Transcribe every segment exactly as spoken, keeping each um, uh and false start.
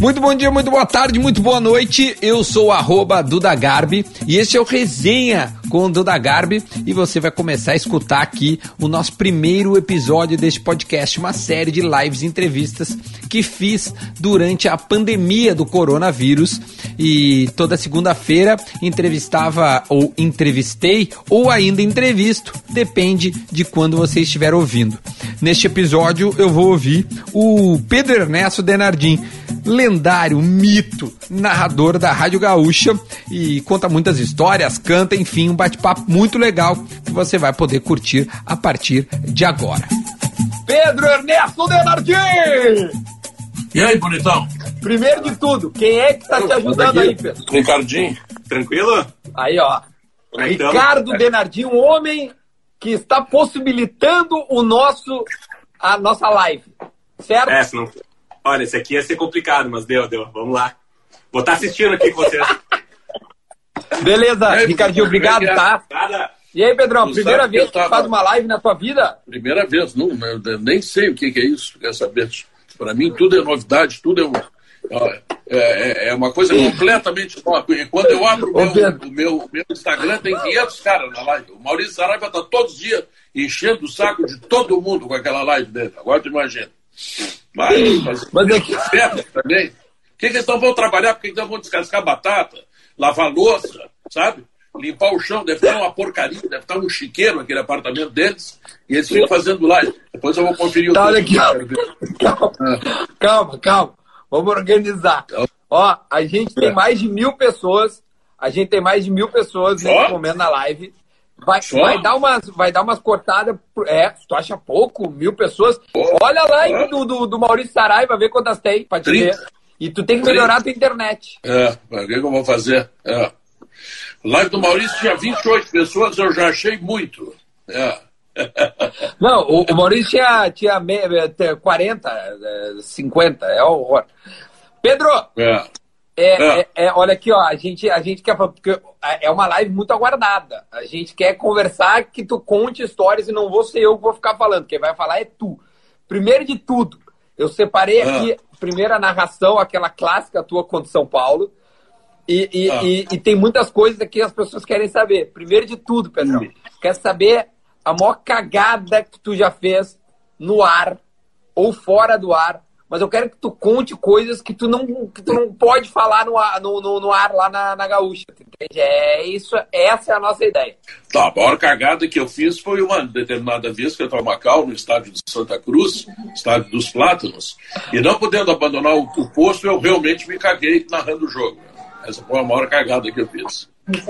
Muito bom dia, muito boa tarde, muito boa noite. Eu sou o arroba Duda Garbi e esse é o Resenha com o Duda Garbi e você vai começar a escutar aqui o nosso primeiro episódio deste podcast, uma série de lives e entrevistas que fiz durante a pandemia do coronavírus e toda segunda-feira entrevistava ou entrevistei ou ainda entrevisto, depende de quando você estiver ouvindo. Neste episódio eu vou ouvir o Pedro Ernesto Denardim, lendário, mito, narrador da Rádio Gaúcha e conta muitas histórias, canta, enfim, um bate-papo muito legal que você vai poder curtir a partir de agora. Pedro Ernesto Denardim! E aí, bonitão? Primeiro de tudo, quem é que tá te ajudando aí, Pedro? Ricardinho, tranquilo? Aí, ó. Então, Ricardo é. Denardim, um homem que está possibilitando o nosso, a nossa live, certo? É, se não... Olha, esse aqui ia ser complicado, mas deu, deu. Vamos lá. Vou estar assistindo aqui com vocês. Beleza, aí, Ricardinho, obrigado, tá? Nada. E aí, Pedrão, Tu primeira sabe que vez eu que tava- tu faz uma live na tua vida? Primeira vez, não, eu nem sei o que que é isso, quer saber? Para mim tudo é novidade, tudo é, um, é, é- é uma coisa completamente nova. E quando eu abro o Ô, meu, Pedro. o meu, meu Instagram, tem quinhentos caras na live. O Maurício Saraiva está todos os dias enchendo o saco de todo mundo com aquela live dele. Agora tu imagina. Mas, mas, Mas é que- certo também. O que, que eles não vão trabalhar? Por que que eles não vão descascar batata, lavar louça, sabe? Limpar o chão, deve estar uma porcaria, deve estar um chiqueiro aquele apartamento deles, e eles ficam fazendo live. Depois eu vou conferir o Tá, olha texto aqui, que ó. eu quero ver. Calma, calma, calma. Vamos organizar. Ó, a gente tem mais de mil pessoas. A gente tem mais de mil pessoas Só? nesse momento na live. Vai, Só? vai, dar, umas, vai dar umas cortadas. por- É, tu acha pouco? Mil pessoas? Olha a live do, do, do Maurício Saraiva, vê quantas tem, pra te trinta. ver. E tu tem que melhorar a tua internet. É, o que, que eu vou fazer? É. Live do Maurício tinha vinte e oito pessoas, eu já achei muito. É. Não, o, o Maurício tinha, tinha me- eh, quarenta, eh, cinquenta, é horror. Pedro, É. é, É. é- é, olha aqui, ó, a gente, a gente quer, porque é uma live muito aguardada. A gente quer conversar, que tu conte histórias e não vou ser eu que vou ficar falando, quem vai falar é tu. Primeiro de tudo, eu separei Ah. aqui a primeira narração, aquela clássica tua contra São Paulo, e, e, Ah. e- e tem muitas coisas aqui que as pessoas querem saber. Primeiro de tudo, Pedrão, Hum. quer saber a maior cagada que tu já fez no ar ou fora do ar, mas eu quero que tu conte coisas que tu não, que tu não pode falar no ar, no, no, no ar lá na, na Gaúcha, entende? É isso, essa é a nossa ideia. Tá, a maior cagada que eu fiz foi uma determinada vez que eu estava em Macau, no estádio de Santa Cruz, estádio dos Plátanos, e não podendo abandonar o, o posto, eu realmente me caguei narrando o jogo. Essa foi a maior cagada que eu fiz.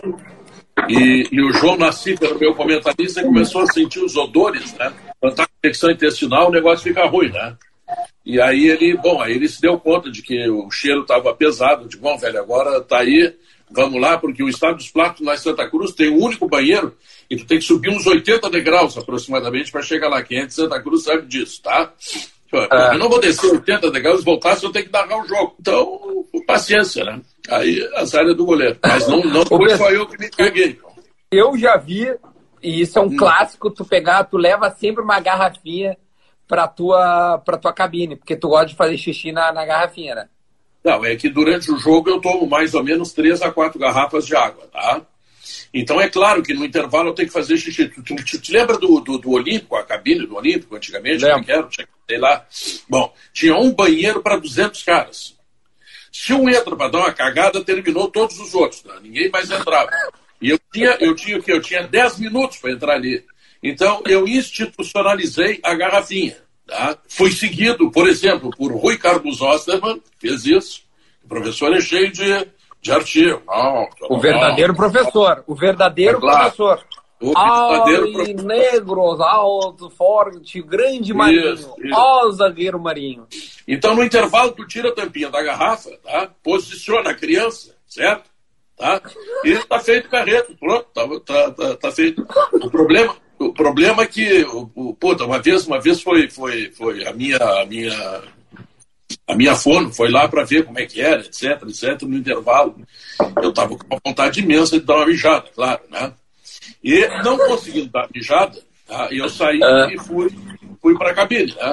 E, e o João Nasci, que era o meu comentarista, começou a sentir os odores, né? Quando tá com infecção intestinal, o negócio fica ruim, né? E aí ele, bom, aí ele se deu conta de que o cheiro estava pesado, de bom, velho, agora tá aí, vamos lá, porque o estádio dos Plátanos lá em Santa Cruz tem um único banheiro e tu tem que subir uns oitenta degraus aproximadamente para chegar lá. Quem é de Santa Cruz sabe disso, tá? Eu não vou descer oitenta degraus e voltar se eu tenho que narrar o jogo. Então, paciência, né? Aí a saída do goleiro. Mas não, não foi só eu que me caguei. Eu já vi, e isso é um clássico, tu pegar, tu leva sempre uma garrafinha pra tua, pra tua cabine, porque tu gosta de fazer xixi na, na garrafinha, né? Não, é que durante o jogo eu tomo mais ou menos três a quatro garrafas de água, tá? Então é claro que no intervalo eu tenho que fazer xixi. Tu, tu, tu te lembra do, do, do Olímpico, a cabine do Olímpico antigamente? Lembro. Como é que era? Tinha- Sei lá. Bom, tinha um banheiro para duzentos caras. Se um entra para dar uma cagada, terminou todos os outros, tá? Ninguém mais entrava. E eu tinha, eu tinha o quê? Eu tinha dez minutos para entrar ali. Então eu institucionalizei a garrafinha. Tá? Fui seguido, por exemplo, por Rui Carlos Osterman, que fez isso. O professor é cheio de, de artigo. Não, O verdadeiro professor, o verdadeiro É claro. professor. O verdadeiro Ai, professor. negros, alto, forte, grande marinho. Isso, isso. Ó, zagueiro marinho. Então, no intervalo, tu tira a tampinha da garrafa, tá? Posiciona a criança, certo? Tá? E tá feito carreto, pronto, tá, tá, tá, tá feito. O problema, o problema é que, o, o, puta, uma vez, uma vez foi, foi, foi a minha, a minha, a minha fono foi lá para ver como é que era, etc, etc, no intervalo. Eu tava com uma vontade imensa de dar uma mijada, claro, né? E não conseguindo dar mijada, tá? Eu saí e fui, fui para a cabine, né?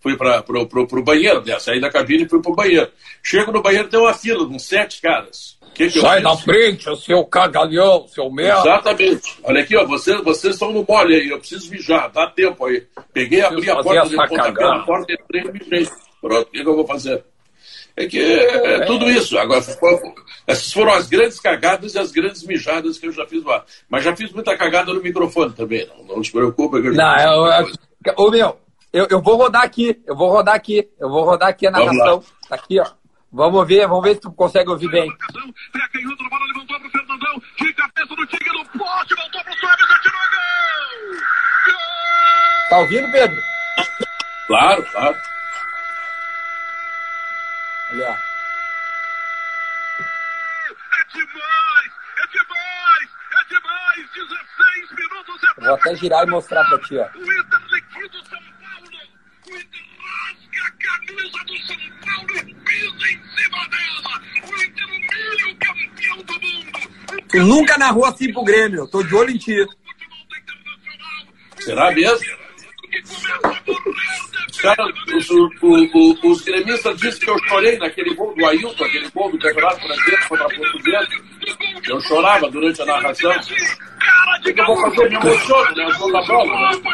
fui para pro, pro, pro banheiro, né? Saí da cabine e fui pro banheiro. Chego no banheiro, tem uma fila com sete caras. Que que Sai da frente, o seu cagalhão, seu merda. Exatamente. Olha aqui, ó, vocês, vocês estão no mole aí, eu preciso mijar, dá tempo aí. Peguei, abri a porta, dei pontapé na porta, entrei e mijei. Pronto, o que, que eu vou fazer? É que é, é tudo isso. Agora, essas foram as grandes cagadas e as grandes mijadas que eu já fiz lá. Mas já fiz muita cagada no microfone também, não, não te preocupa. Que eu não, eu, eu, ô meu, eu, eu vou rodar aqui, eu vou rodar aqui, eu vou rodar aqui a narração. Tá aqui, ó. Vamos ver, vamos ver se tu consegue ouvir bem. Pé canhoto, a bola levantou pro Fernandão, de cabeça do Tigre no poste, voltou pro Soares, atirou gol! Gol! Tá ouvindo, Pedro? Claro, claro. Olha. É demais, é demais, é demais, dezesseis minutos. É... Vou até girar e mostrar pra ti, ó. O Inter liquida o São Paulo, o Inter rasga a camisa do São Paulo, pisa em cima dela, o Inter humilha o campeão do mundo. Tu nunca narrou assim pro Grêmio, tô de olho em ti. Será mesmo? Cara, os, o, o, os gremistas dizem que eu chorei naquele gol do Ailton, aquele gol do Campeonato Brasileiro contra a Portuguesa. Eu chorava durante a narração. O que eu vou fazer? Me emociono, né? Eu jogo a bola, né?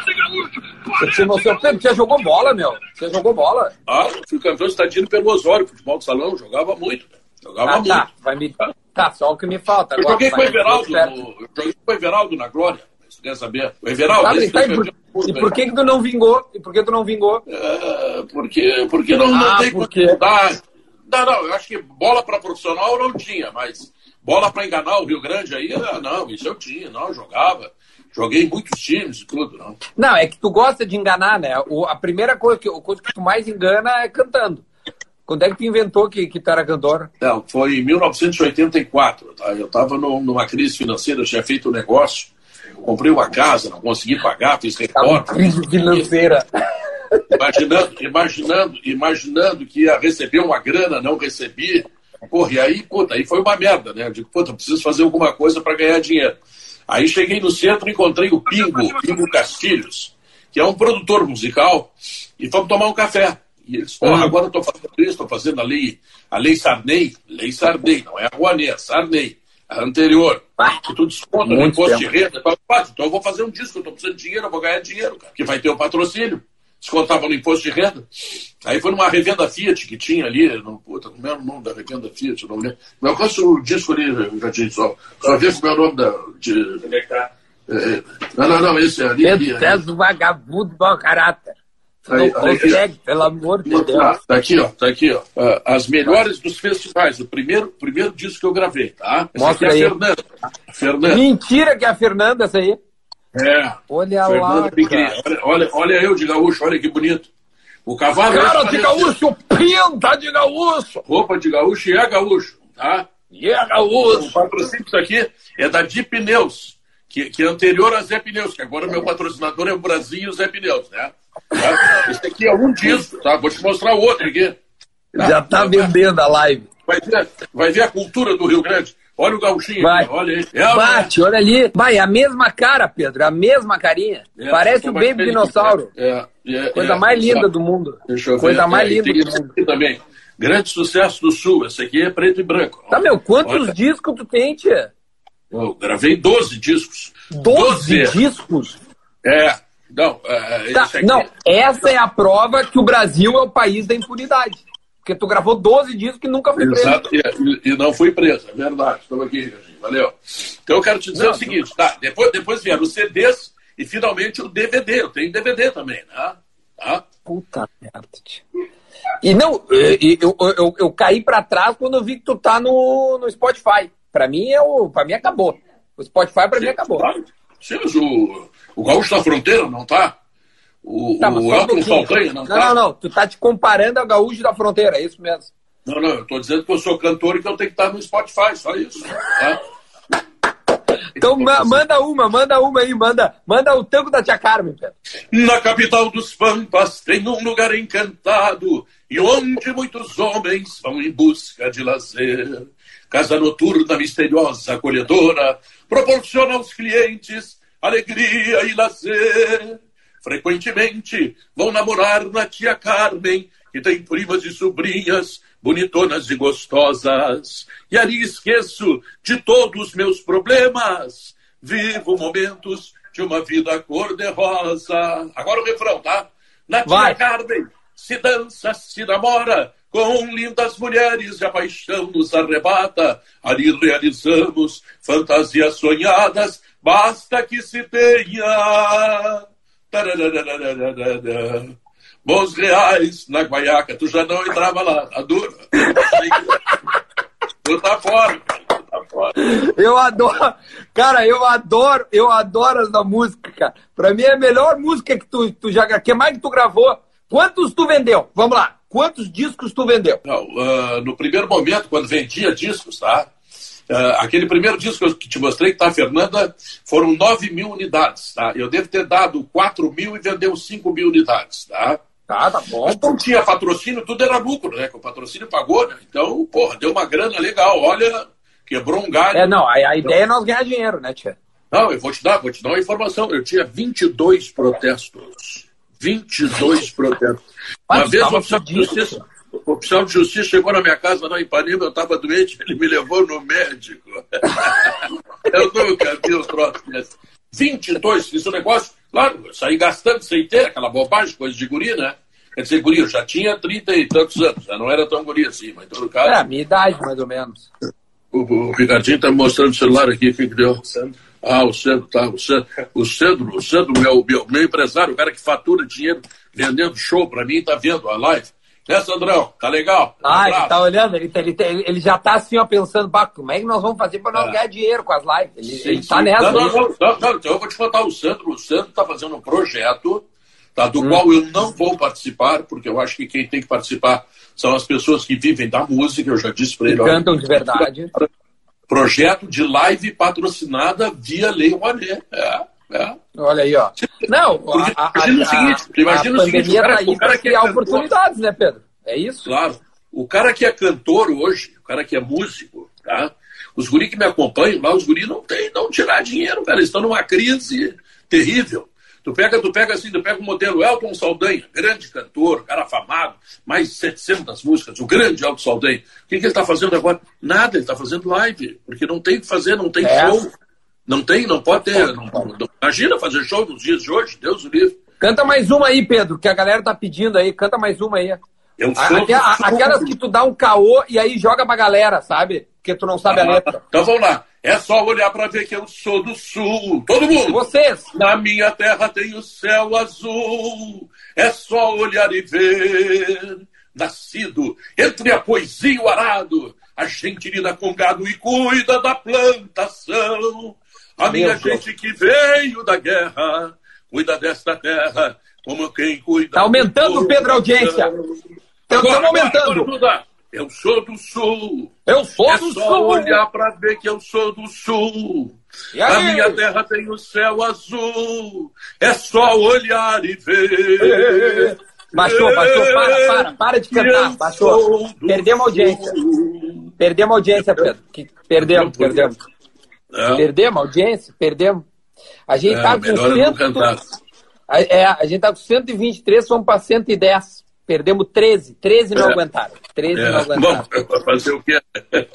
Você emocionou. Pedro, você jogou bola, meu? Você jogou bola? Ah, fui campeão estadino pelo Osório, futebol de salão, jogava muito. Jogava ah, muito. Tá, vai me... tá, só o que me falta. Eu agora, joguei com o Everaldo, no... eu joguei com o Everaldo na Glória. Você quer saber? O Everaldo. Tá, e, tá, e, por... e por que que tu não vingou? E por que tu não vingou? É, porque, porque não, não ah, tem porque... como dar. Não, não, eu acho que bola para profissional não tinha, mas bola para enganar o Rio Grande aí, não, isso eu tinha, não, eu jogava. Joguei em muitos times e tudo, não. Não, é que tu gosta de enganar, né? O, a primeira coisa que, a coisa que tu mais engana é cantando. Quando é que tu inventou que, que tu era cantor? Não, foi em mil novecentos e oitenta e quatro, tá? Eu estava numa crise financeira, eu tinha feito um negócio. Comprei uma casa, não consegui pagar, fiz reforma. Crise financeira. Imaginando, imaginando, imaginando que ia receber uma grana, não recebi. Porra, e aí, puta, aí foi uma merda, né? Eu digo, puta, eu preciso fazer alguma coisa para ganhar dinheiro. Aí cheguei no centro e encontrei o Pingo, Pingo Castilhos, que é um produtor musical, e fomos tomar um café. E eles, porra, agora eu tô fazendo isso, estou fazendo a lei, a lei Sarney, lei Sarney, não é a Rouanet, é Sarney. A anterior, que tu desconta no imposto de renda, então eu vou fazer um disco, eu tô precisando de dinheiro, eu vou ganhar dinheiro, cara, que vai ter o patrocínio, descontava no imposto de renda. Aí foi numa revenda Fiat que tinha ali, não, puta, como era o nome da revenda Fiat, eu não lembro. Mas eu conheço o disco ali, já tinha só, só ver como é o nome da... De, Onde é que tá? É, não, não, não, esse é ali. Pedro, é do vagabundo mau caráter. Não aí, consegue, aí, pelo amor de Deus. Tá aqui, ó, tá aqui, ó. As melhores dos festivais. O primeiro, primeiro disco que eu gravei, tá? Essa Mostra aqui é aí. a Fernanda. A Fernanda. Mentira que é a Fernanda essa aí. É. Olha Fernanda lá, olha, olha, olha eu de gaúcho, olha que bonito. O cavalo... Cara de gaúcho, pinta de gaúcho. Roupa de gaúcho e é gaúcho, tá? E é gaúcho. O patrocínio disso aqui é da Di Pneus, que, que é anterior a Zé Pneus, que agora o meu patrocinador é o Brasil e o Zé Pneus, né? Tá? Esse aqui é um disco, tá? Vou te mostrar o outro aqui. Já tá vendendo a live. Vai ver, vai ver a cultura do Rio Grande. Olha o gauchinho vai. Aqui, olha aí. É, Bate, olha ali. Vai, é a mesma cara, Pedro, é a mesma carinha. É, Parece o Baby Dinossauro. É, é, Coisa é, mais é, linda sabe? do mundo. Deixa eu Coisa ver. mais é, linda do mundo. Aqui também. Grande sucesso do Sul. Esse aqui é preto e branco. Tá, meu, quantos olha. discos tu tem, tia? Eu gravei doze discos. doze discos? É. Não, é, tá, não, essa é a prova que o Brasil é o país da impunidade. Porque tu gravou doze discos que nunca foi preso. Exato, e, e não fui preso, é verdade. Estou aqui, Regina. Valeu. Então eu quero te dizer não, o seguinte, não. tá? Depois, depois vieram os C Ds e finalmente o D V D. Eu tenho D V D também, né? Tá? Puta merda, tio. E não, eu, eu, eu, eu caí pra trás quando eu vi que tu tá no, no Spotify. Pra mim, é o, pra mim acabou. O Spotify pra Sim, mim acabou. Claro. Sim, mas o, o Gaúcho da Fronteira não tá? O, tá, o Elton Saldanha não, não tá? Não, não, não. Tu tá te comparando ao Gaúcho da Fronteira, é isso mesmo. Não, não, eu tô dizendo que eu sou cantor e que eu tenho que estar no Spotify, só isso. Tá? Então ma- manda uma, manda uma aí, manda, manda o tango da Tia Carmen, Pedro. Na capital dos Pampas tem um lugar encantado e onde muitos homens vão em busca de lazer. Casa noturna misteriosa, acolhedora, proporciona aos clientes alegria e lazer. frequentemente vão namorar na tia Carmen, que tem primas e sobrinhas bonitonas e gostosas. E ali esqueço de todos os meus problemas. Vivo momentos de uma vida cor-de-rosa. Agora o refrão, tá? Na tia Vai. Carmen se dança, se namora, com lindas mulheres e a paixão nos arrebata. Ali realizamos fantasias sonhadas, basta que se tenha tarararararara, bons reais na guaiaca. Tu já não entrava lá, tá duro? Tu tá fora, tu tá fora. Eu adoro, cara, eu adoro, eu adoro essa música, cara. Pra mim é a melhor música que tu, tu já, que mais que tu gravou. Quantos tu vendeu? Vamos lá. Quantos discos tu vendeu? Não, uh, no primeiro momento, quando vendia discos, tá? Uh, aquele primeiro disco que te mostrei, que tá, Fernanda, foram nove mil unidades, tá? Eu devo ter dado quatro mil e vendeu cinco mil unidades, tá? Tá, tá bom. Mas não tinha patrocínio, tudo era lucro, né? Que o patrocínio pagou, né? Então, porra, deu uma grana legal. Olha, quebrou um galho. É, não, a, a ideia é nós ganhar dinheiro, né, tia? Não, eu vou te dar, vou te dar uma informação. Eu tinha vinte e dois protestos. vinte e dois protestos. Uma Mas vez o tava oficial de fudido. justiça, o oficial de justiça chegou na minha casa lá em Ipanema, eu estava doente, ele me levou no médico. Eu nunca vi o troço desse. vinte e dois, fiz um negócio, claro, eu saí gastando sem ter aquela bobagem, coisa de guri, né? Quer dizer, guri, eu já tinha trinta e tantos anos, já não era tão guri assim, mas em todo caso... É, a minha idade, mais ou menos. O, o Ricardinho está me mostrando o celular aqui, o que que deu? Ah, o Sandro, tá. O Sandro, o Sandro, o Sandro meu, meu, meu empresário, o cara que fatura dinheiro vendendo show pra mim, tá vendo a live. Né, Sandrão? Tá legal? Um Ah, abraço. ele tá olhando, ele, ele, ele já tá assim, ó, pensando, bah, como é que nós vamos fazer pra nós É. ganhar dinheiro com as lives? Ele, Sim, ele tá sim. nessa. Não, não, ele- não, não, não, então eu vou te contar o Sandro. O Sandro tá fazendo um projeto, tá, do Hum. qual eu não vou participar, porque eu acho que quem tem que participar são as pessoas que vivem da música, eu já disse pra ele. Que olha, cantam de verdade. Projeto de live patrocinada via Lei Rouanet. É, é. Olha aí, ó. Não, Porque a, a, imagina o a- seguinte, a imagina o seguinte, pandemia o cara- tá aí o cara pra que é criar cantor- oportunidades, né, Pedro? É isso? Claro. O cara que é cantor hoje, o cara que é músico, tá? Os guri que me acompanham lá, os guri não tem não tirar dinheiro, cara. Eles estão numa crise terrível. Tu pega, tu pega assim, tu pega o modelo Elton Saldanha, grande cantor, cara afamado, mais de setecentas músicas, o grande Elton Saldanha. O que, que ele está fazendo agora? Nada, ele está fazendo live, porque não tem o que fazer, não tem É. show. Não tem, não pode ter. Não, não- imagina fazer show nos dias de hoje, Deus o livre. Canta mais uma aí, Pedro, que a galera tá pedindo aí. Canta mais uma aí. Eu A- sou- aque- a- aquelas que tu dá um caô e aí joga pra galera, sabe? Porque tu não sabe a letra. Então vamos lá. É só olhar para ver que eu sou do sul. Todo mundo. Vocês, Na minha terra tem o céu azul. É só olhar e ver. Nascido entre a poesia e o arado, a gente lida com gado e cuida da plantação. A minha Meu Deus. gente que veio da guerra cuida desta terra como quem cuida. Tá aumentando, do Pedro, a audiência. Agora, Estamos agora, aumentando. agora, Duda. Eu sou do sul. Eu sou É do só sul. olhar pra ver que eu sou do sul. E A aí? minha terra tem o céu azul. É só olhar e ver. Baixou, baixou, para, para, para de cantar, baixou. Perdemos a audiência. Perdemos a audiência, Pedro. Que- Perdemos, perdemos. É, Perdemos a audiência, perdemos. A gente é, tá com melhor eu não cento... cantar. a- É, a gente tá com cento e vinte e três, fomos para cento e dez. Perdemos treze. treze não É. aguentaram. treze É, não aguentaram. bom, vai fazer o quê?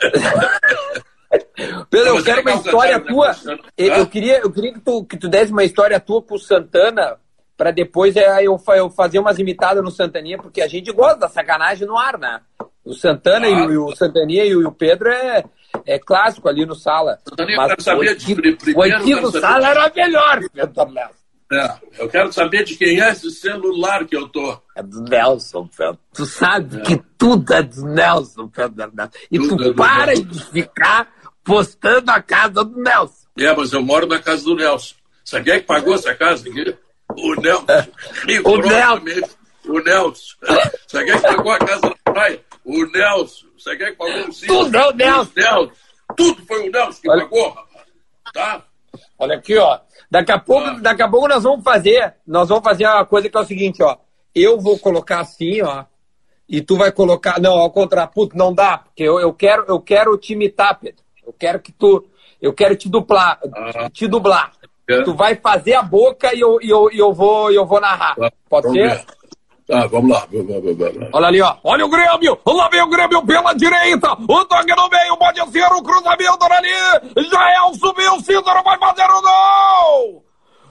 Pedro, eu Mas quero é uma legal história cantar, né, tua. Luciano? Eu, Hã? eu queria, eu queria que, tu, que tu desse uma história tua com o Santana, para depois é, eu, fa- eu fazer umas imitadas no Santaninha, porque a gente gosta da sacanagem no ar, né? O Santana e, o, e o Santaninha e o, e o Pedro é, é clássico ali no Sala. Santaninha, Mas eu quero saber o de antigo, primeiro, o eu antigo quero saber- Sala era melhor, Pedro Nelson. É, eu quero saber de quem é esse celular que eu tô. É do Nelson, Pedro. Tu sabe que tudo é do Nelson, Pedro Nelson. E Tudo é tu do para Nelson. de ficar postando a casa do Nelson. É, mas eu moro na casa do Nelson. Sabe quem é que pagou essa casa aqui? O Nelson. Me O trouxe Nelson. mesmo. O Nelson. Sabe quem é que pagou a casa da praia? O Nelson. Sabe quem é que pagou o sítio? Tudo é o Nelson. Nelson. Tudo foi o Nelson que Olha- pagou, rapaz. Tá? Olha aqui, ó. Daqui a pouco, Ah. daqui a pouco nós vamos fazer, nós vamos fazer uma coisa que é o seguinte, ó. Eu vou colocar assim, ó, e tu vai colocar, não, ao contrário, puto, não dá, porque eu, eu quero, eu quero te imitar, Pedro. Eu quero que tu, eu quero te duplar, Ah. te dublar. é. tu vai fazer a boca e eu, e eu, e eu, vou, e eu vou narrar. Tá, pode ser? Ver. Tá, vamos lá. Olha ali, ó. Olha o Grêmio. Lá vem o Grêmio pela direita. O toque no meio. Pode ser o cruzamento ali. Jael subiu. Cícero vai fazer o gol.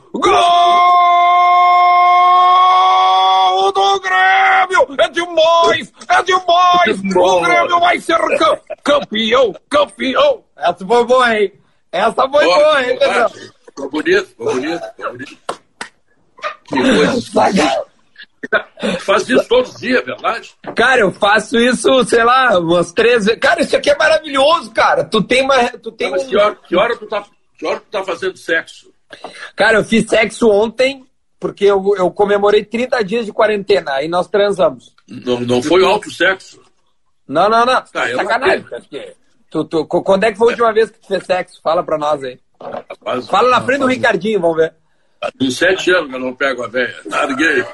Gol do Grêmio. É demais. É demais. O Grêmio vai ser campeão. Campeão. Essa foi boa, hein? Essa foi boa, boa hein, Pedro? Ficou bonito. Ficou bonito. Ficou bonito. Que coisa. Faz isso todos os dias, verdade? Cara, eu faço isso, sei lá, umas três vezes. Cara, isso aqui é maravilhoso, cara. Tu tem uma. Tu tem Mas um... que, hora, que, hora tu tá, que hora tu tá fazendo sexo? Cara, eu fiz sexo ontem, porque eu, eu comemorei trinta dias de quarentena. Aí nós transamos. Não, não foi alto sexo? Não, não, não. Tá, sacanagem. Tu, tu, quando é que foi a última vez que tu fez sexo? Fala pra nós aí. Faz, Fala na frente do Ricardinho, vamos ver. Tem sete anos que eu não pego a velha. Larguei.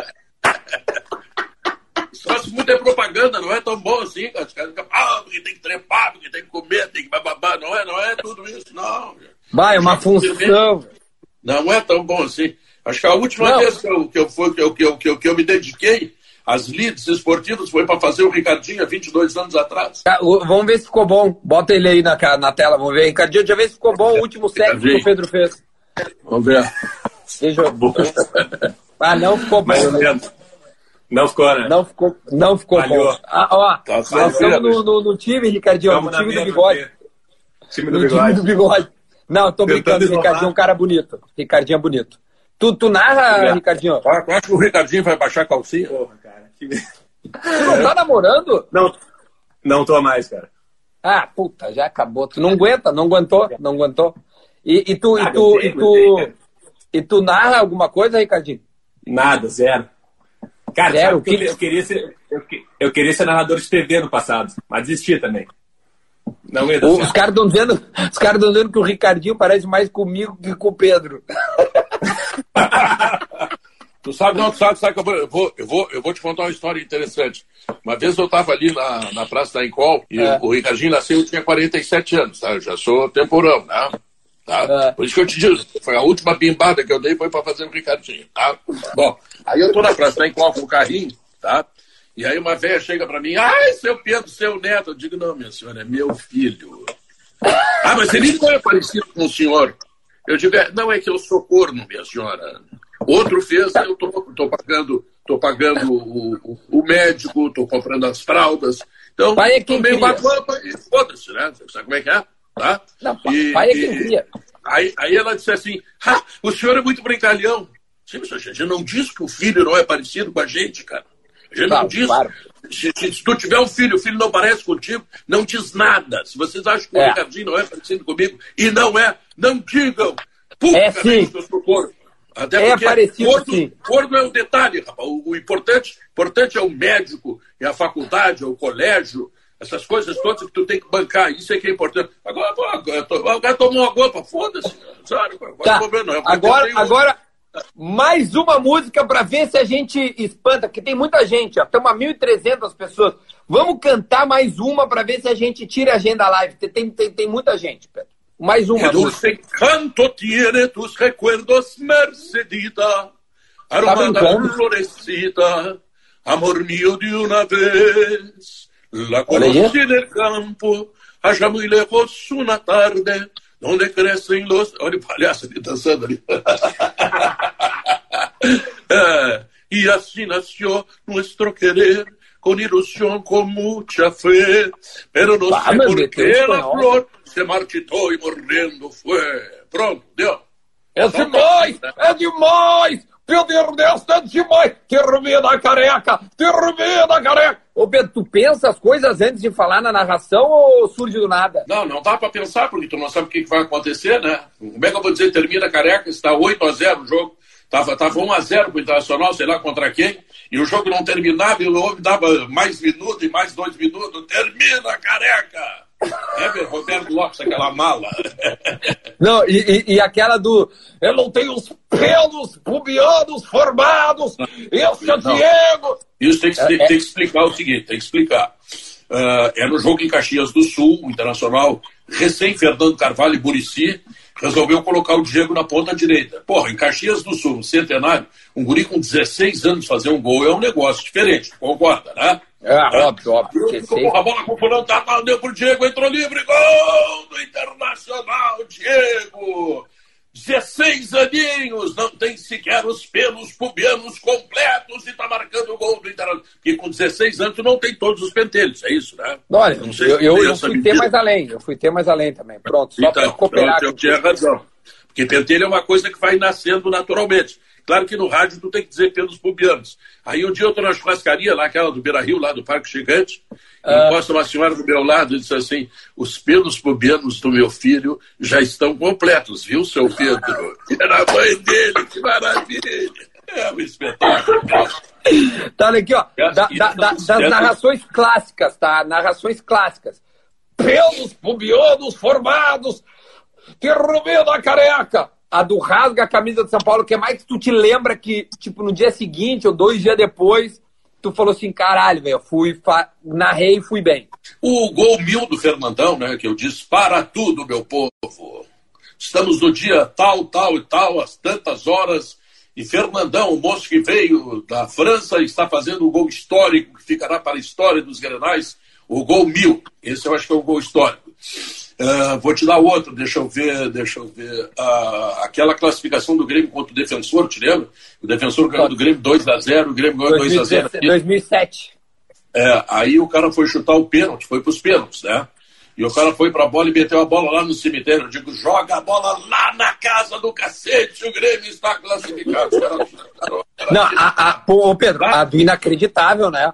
Só se muito é propaganda, não é tão bom assim. Os caras ficam, ah, porque tem que trepar, porque tem que comer, tem que bababá. Não é, não é tudo isso, não. Vai, é uma função. Não é tão bom assim. Acho que a última não. vez que eu, que, eu, que, eu, que, eu, que, eu, que eu me dediquei às leads esportivas foi para fazer o Ricardinho há vinte e dois anos atrás. Tá, vamos ver se ficou bom. Bota ele aí na, na tela, vamos ver. Ricardinho, deixa eu ver se ficou bom o último sexo que o Pedro fez. Vamos ver. Deixa eu... Ah, não ficou bom. Não ficou, né? Não ficou, não ficou bom. Ah, ó, tá nós estamos no, no, no time, Ricardinho, no time do bigode. Time do no bigode. time do bigode. Não, tô brincando, o Ricardinho é um cara bonito. Ricardinho é bonito. Tu, tu narra, é. Ricardinho? Tu acha que o Ricardinho vai baixar a calcinha? Porra, cara. Que... Tu não tá namorando? Não, não tô mais, cara. Ah, puta, já acabou. Tu não aguenta, não aguentou, não aguentou. E, e tu, ah, e tu, sei, e tu, e tu narra alguma coisa, Ricardinho? Nada, zero. Cara, zero, que... eu, eu, queria ser, eu, eu queria ser narrador de T V no passado, mas desisti também. Não ia dar Os caras estão dizendo, os caras estão dizendo que o Ricardinho parece mais comigo que com o Pedro. Tu sabe, não, tu sabe, sabe que eu vou, eu vou, eu vou, eu vou te contar uma história interessante. Uma vez eu estava ali na, na Praça da Encol e é. o Ricardinho nasceu, eu tinha quarenta e sete anos, tá? Eu já sou temporão, né? Tá? É. Por isso que eu te digo, foi a última bimbada que eu dei foi para fazer o Ricardinho, tá? Bom, aí eu tô na Praça da Encol com o carrinho, tá? E aí uma velha chega para mim, ai, seu Pedro, seu neto. Eu digo, não, minha senhora, é meu filho. Ah, mas ele não é parecido com o senhor. Eu digo, é, não, é que eu sou corno, minha senhora. Outro fez, eu tô, tô pagando, tô pagando o, o, o médico, tô comprando as fraldas. Então, pai é quem tomei uma guampa e foda-se, né? Sabe como é que é? Tá? Não, e, pai é quem cria. Aí, aí ela disse assim, ah, o senhor é muito brincalhão. Sim, mas a gente não diz que o filho não é parecido com a gente, cara. A gente claro, não diz. Claro. Se, se, se tu tiver um filho, o filho não parece contigo, não diz nada. Se vocês acham que o é. Ricardinho não é parecido comigo, e não é, não digam. Puta, é sim. Que eu sou corno. Até é porque parecido, corno, sim. corno é o detalhe, rapaz. O, o importante, importante é o médico, é a faculdade, é o colégio, essas coisas todas que tu tem que bancar. Isso é que é importante. Agora, pô, o cara tomou uma guampa, foda-se. Sabe? Agora, tá. não é agora, agora mais uma música para ver se a gente espanta, porque tem muita gente, ó, estamos a mil e trezentas pessoas. Vamos cantar mais uma para ver se a gente tira a agenda live. Tem, tem, tem muita gente, Pedro. Mais uma. Dulce encanto tiene tus recuerdos, Mercedita, aromada florecita, amor mío de una vez. La conocí en el campo, allá muy lejos una tarde, donde crecen los... Olha o palhaço ali dançando ali. É, y así nació nuestro querer, con ilusión, con mucha fe, pero no sé por qué la flor se marchitou e morrendo foi. Pronto, deu. É demais! É demais! Pedro Ernesto é demais! Termina, careca! Termina, careca! Ô Pedro, tu pensa as coisas antes de falar na narração ou surge do nada? Não, não dá pra pensar, porque tu não sabe o que vai acontecer, né? Como é que eu vou dizer termina, careca? Está oito a zero o jogo. Tava, tava um a zero pro Internacional, sei lá contra quem, e o jogo não terminava, e o homem dava mais minutos e mais dois minutos. Termina, careca! É, meu, Roberto Lopes, aquela mala. Não, e, e, e aquela do... Eu não tenho os pelos pubianos formados, esse é Diego... Isso tem que, é, tem, é. tem que explicar o seguinte, tem que explicar. Uh, é no jogo em Caxias do Sul, o Internacional recém-Fernando Carvalho e Muricy, resolveu colocar o Diego na ponta direita. Porra, em Caxias do Sul, no Centenário, um guri com dezesseis anos fazer um gol é um negócio diferente, concorda, né? É, óbvio, óbvio. Eu, porra, a bola com o fulano, tá, tá, deu pro Diego, entrou livre, gol do Internacional, Diego! dezesseis aninhos, não tem sequer os pelos pubianos completos e tá marcando o gol do Internacional. Porque com dezesseis anos tu não tem todos os pentelhos, é isso, né? Olha, não sei eu, eu, eu fui ter mais além, eu fui ter mais além também. Pronto, só então, para cooperar. Pronto, eu tinha razão. Porque pentelho é uma coisa que vai nascendo naturalmente. Claro que no rádio tu tem que dizer pelos pubianos. Aí um dia eu tô na churrascaria, lá aquela do Beira-Rio, lá do Parque Gigante, ah. encosta uma senhora do meu lado e disse assim, os pelos pubianos do meu filho já estão completos, viu, seu Pedro? Era a mãe dele, que maravilha! É um espetáculo. Tá, olha aqui, ó, da, da, da, das narrações clássicas, tá? Narrações clássicas. Pelos pubianos formados, terrumê da careca. A do rasga a camisa de São Paulo, que é mais que tu te lembra que, tipo, no dia seguinte ou dois dias depois, tu falou assim, caralho, velho, eu fui, fa... narrei e fui bem. O gol mil do Fernandão, né, que eu disse, para tudo, meu povo. Estamos no dia tal, tal e tal, às tantas horas, e Fernandão, o moço que veio da França, está fazendo um gol histórico, que ficará para a história dos Grenais, o gol mil. Esse eu acho que é um gol histórico. Uh, vou te dar outro, deixa eu ver, deixa eu ver. Uh, aquela classificação do Grêmio contra o Defensor, te lembra? O Defensor ganhou do Grêmio dois a zero, o Grêmio ganhou dois a zero. dois mil e sete. É, aí o cara foi chutar o pênalti, foi pros pênaltis, né? E o cara foi pra bola e meteu a bola lá no cemitério. Eu digo, joga a bola lá na casa do cacete, o Grêmio está classificado. Cara, cara, cara, não, a, a, pô, Pedro, a do inacreditável, né?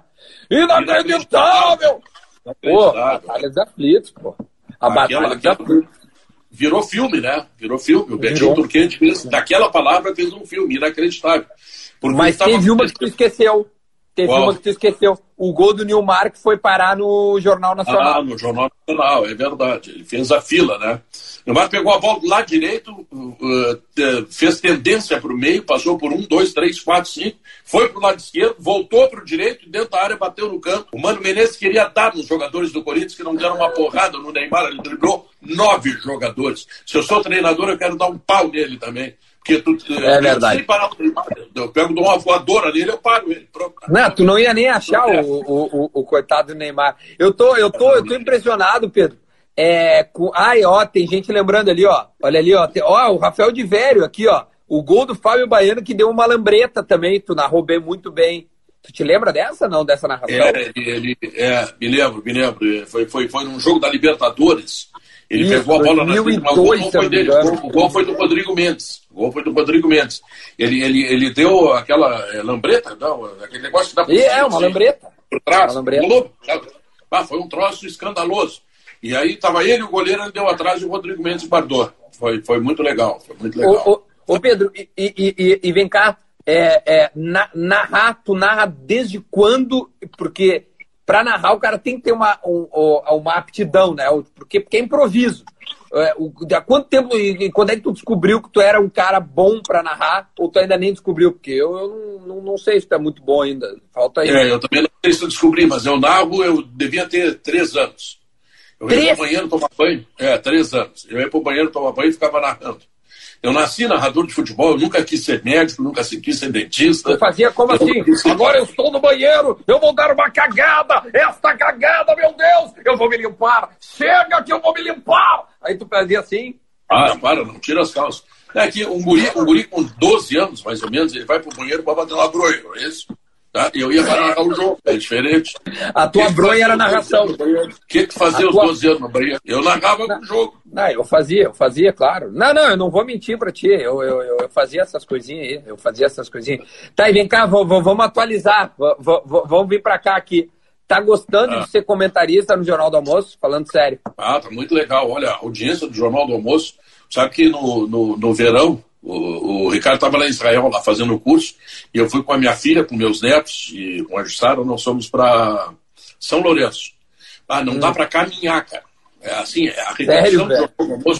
Inacreditável! Pô, Batalha dos Aflitos, pô. A Aquela, Batalha dos Aflitos. Virou filme, né? Virou filme. O Betinho Turquente fez, daquela palavra, fez um filme inacreditável. Porque mas teve uma que tu esqueceu. Teve Qual? uma que tu esqueceu. O gol do Nilmar que foi parar no Jornal Nacional. Ah, no Jornal Nacional, é verdade. Ele fez a fila, né? O Nilmar pegou a bola do lado direito, uh, fez tendência para o meio, passou por um, dois, três, quatro, cinco, foi para o lado esquerdo, voltou para o direito, dentro da área, bateu no campo. O Mano Menezes queria dar nos jogadores do Corinthians que não deram uma porrada no Neymar, ele driblou nove jogadores. Se eu sou treinador, eu quero dar um pau nele também. Porque tu, é verdade. Eu, parar o Neymar, eu pego uma voadora nele, eu paro ele. Pronto. Não, tu não ia nem achar o, o, o, o coitado do Neymar. Eu tô, eu tô, eu tô impressionado, Pedro. É, com... Ai, ó, tem gente lembrando ali, ó. Olha ali, ó. Tem... Ó, o Rafael de Vério aqui, ó. O gol do Fábio Baiano que deu uma lambreta também. Tu narrou bem, muito bem. Tu te lembra dessa, não? Dessa narração? É, ele, é me lembro, me lembro. Foi, foi, foi num jogo da Libertadores. Ele Isso, pegou a bola na frente, mas o gol não foi dele. O gol foi do Rodrigo Mendes. O gol foi do Rodrigo Mendes. Ele, ele, ele deu aquela é, lambreta, não, aquele negócio que dá por É, uma lambreta. Por trás. Uma lambreta. Pulou, ah, foi um troço escandaloso. E aí tava ele, o goleiro, ele deu atrás e o Rodrigo Mendes guardou. Foi, foi muito legal, foi muito legal. Ô, ô, ô Pedro, e, e, e, e vem cá, é, é, na, narrar, tu narra desde quando? Porque para narrar o cara tem que ter uma, um, uma aptidão, né? Porque, porque é improviso. É, o, há quanto tempo, e quando é que tu descobriu que tu era um cara bom para narrar? Ou tu ainda nem descobriu? Porque eu, eu não, não, não sei se tu é muito bom ainda. Falta aí. É, eu também não sei se eu descobri, mas eu narro, eu devia ter três anos. Eu ia pro banheiro tomar banho. É, três anos. Eu ia pro banheiro tomar banho e ficava narrando. Eu nasci narrador de futebol, eu nunca quis ser médico, nunca quis ser dentista. Eu fazia como eu assim? Agora eu estou no banheiro, eu vou dar uma cagada, esta cagada, meu Deus, eu vou me limpar, chega que eu vou me limpar. Aí tu fazia assim? Ah, para, não tira as calças. É que um guri, um guri com doze anos, mais ou menos, ele vai pro banheiro para bater uma bronha, é isso? Tá? E eu ia para narrar o jogo, é diferente. A tua bronha era narração. O que que fazia os doze anos no banheiro? Eu narrava o jogo. Não, eu fazia, eu fazia, claro. Não, não, eu não vou mentir pra ti. Eu, eu, eu, eu fazia essas coisinhas aí. Eu fazia essas coisinhas. Tá, e vem cá, vamos atualizar. Vamos vir pra cá aqui. Tá gostando ah. de ser comentarista no Jornal do Almoço? Falando sério. Ah, tá muito legal. Olha, a audiência do Jornal do Almoço. Sabe que no, no, no verão, o, o Ricardo estava lá em Israel, lá fazendo o curso, e eu fui com a minha filha, com meus netos, e com a Jussara, nós fomos para São Lourenço. Ah, não hum. dá para caminhar, cara. É assim, a redação do Jornal do Almoço,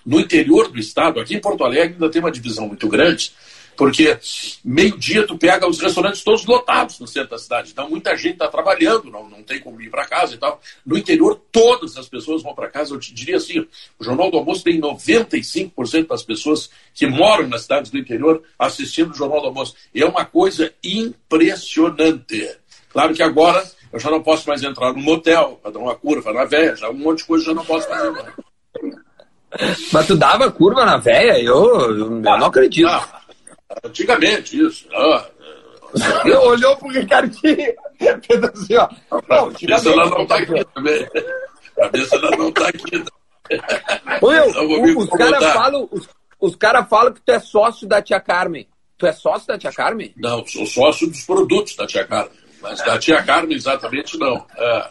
no interior do estado, aqui em Porto Alegre ainda tem uma divisão muito grande, porque meio-dia tu pega os restaurantes todos lotados no centro da cidade. Então muita gente está trabalhando, não, não tem como ir para casa e tal. No interior, todas as pessoas vão para casa. Eu te diria assim, o Jornal do Almoço tem noventa e cinco por cento das pessoas que moram nas cidades do interior assistindo o Jornal do Almoço. E é uma coisa impressionante. Claro que agora eu já não posso mais entrar no motel para dar uma curva na véia, já um monte de coisa eu já não posso fazer mais. Mas tu dava curva na véia? Eu, eu, eu não acredito. Ah, antigamente, isso. Ah, eu olhou pro Ricardinho e fez assim, ó. Não, a cabeça ela não tá aqui também. A cabeça ela não tá aqui. Ô, os caras falam os, os cara falam que tu é sócio da tia Carmen. Tu é sócio da tia Carmen? Não, sou sócio dos produtos da tia Carmen. Mas da tia Carmen exatamente não. É.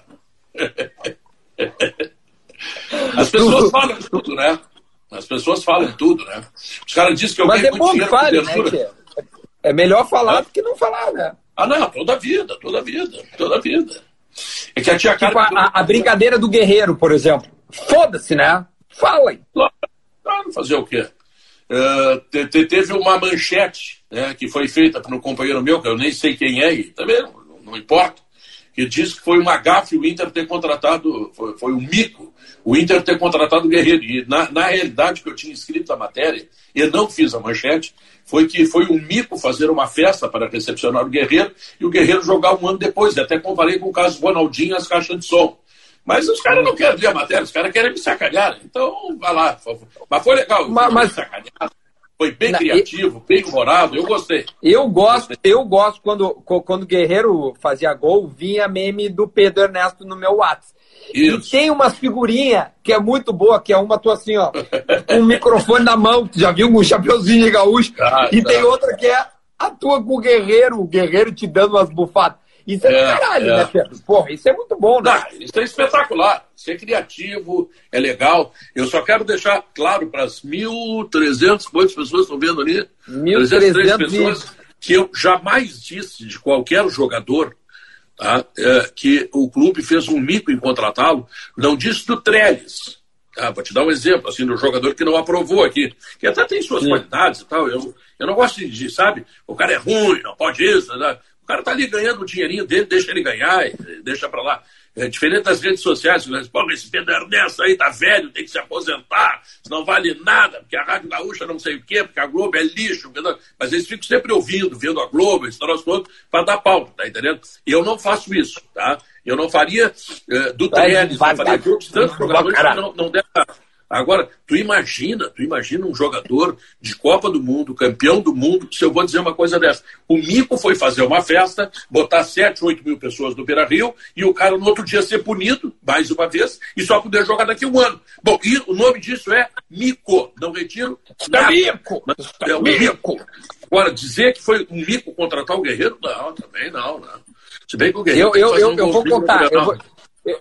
As pessoas falam tudo, né? As pessoas falam tudo, né? Os caras dizem que eu Mas ganho é muito bom dinheiro que fale, com verdura. né, é melhor falar ah? do que não falar, né? Ah, não, toda a vida, toda a vida, toda a vida. É que a tia Tipo, Carmen... a, a brincadeira do guerreiro, por exemplo. Foda-se, né? Falem. Claro, fazer o quê? Uh, te, te, teve uma manchete, né, que foi feita por um companheiro meu, que eu nem sei quem é, e também não, não importa, que diz que foi uma gafe o Inter ter contratado, foi, foi um mico, o Inter ter contratado o Guerreiro. E na, na realidade que eu tinha escrito a matéria, e não fiz a manchete, foi que foi um mico fazer uma festa para recepcionar o Guerreiro e o Guerreiro jogar um ano depois. E até comparei com o caso do Ronaldinho e as caixas de som. Mas os caras não querem ler a matéria, os caras querem me sacanear. Então, vai lá, por favor. Mas foi legal, mas, mas... sacaneado. Foi bem criativo, eu... bem humorado, eu gostei. Eu gosto, eu gosto quando, quando o Guerreiro fazia gol, vinha meme do Pedro Ernesto no meu WhatsApp. Isso. E tem umas figurinhas que é muito boa, que é uma tua assim, ó, com um microfone na mão, tu já viu, com um chapeuzinho de gaúcho, ah, e tá. Tem outra que é a tua com o Guerreiro, o Guerreiro te dando umas bufadas. Isso é, é do caralho, é. né, Pedro? Porra, isso é muito bom, né? Não, isso é espetacular, isso é criativo, é legal. Eu só quero deixar claro para as mil e trezentas, quantas pessoas estão vendo ali? mil e trezentas pessoas, que eu jamais disse de qualquer jogador, tá, é, que o clube fez um mico em contratá-lo. Não disse do Trellis. Tá? Vou te dar um exemplo, assim, do jogador que não aprovou aqui, que até tem suas Sim. qualidades e tal. Eu, eu não gosto de, sabe, o cara é ruim, não pode isso, né? O cara tá ali ganhando o dinheirinho dele, deixa ele ganhar, deixa pra lá. É diferente das redes sociais, né? Pô, esse Pedro Ernesto aí tá velho, tem que se aposentar, não vale nada, porque a Rádio Gaúcha não sei o quê, porque a Globo é lixo. Mas eles ficam sempre ouvindo, vendo a Globo, esse troço todo, para dar pauta, tá entendendo? E eu não faço isso, tá? Eu não faria uh, do Trellis, não faria de outros tantos jogadores que não, não devem dar. Agora, tu imagina, tu imagina um jogador de Copa do Mundo, campeão do mundo, se eu vou dizer uma coisa dessa. O mico foi fazer uma festa, botar sete, oito mil pessoas no Beira-Rio e o cara no outro dia ser punido, mais uma vez, e só poder jogar daqui a um ano. Bom, e o nome disso é mico. Não retiro nada. É mico! É um mico. Agora, dizer que foi um mico contratar o Guerreiro, não, também não, não. Se bem que o Guerreiro... Eu, eu, eu, um eu vou contar. Eu vou... eu...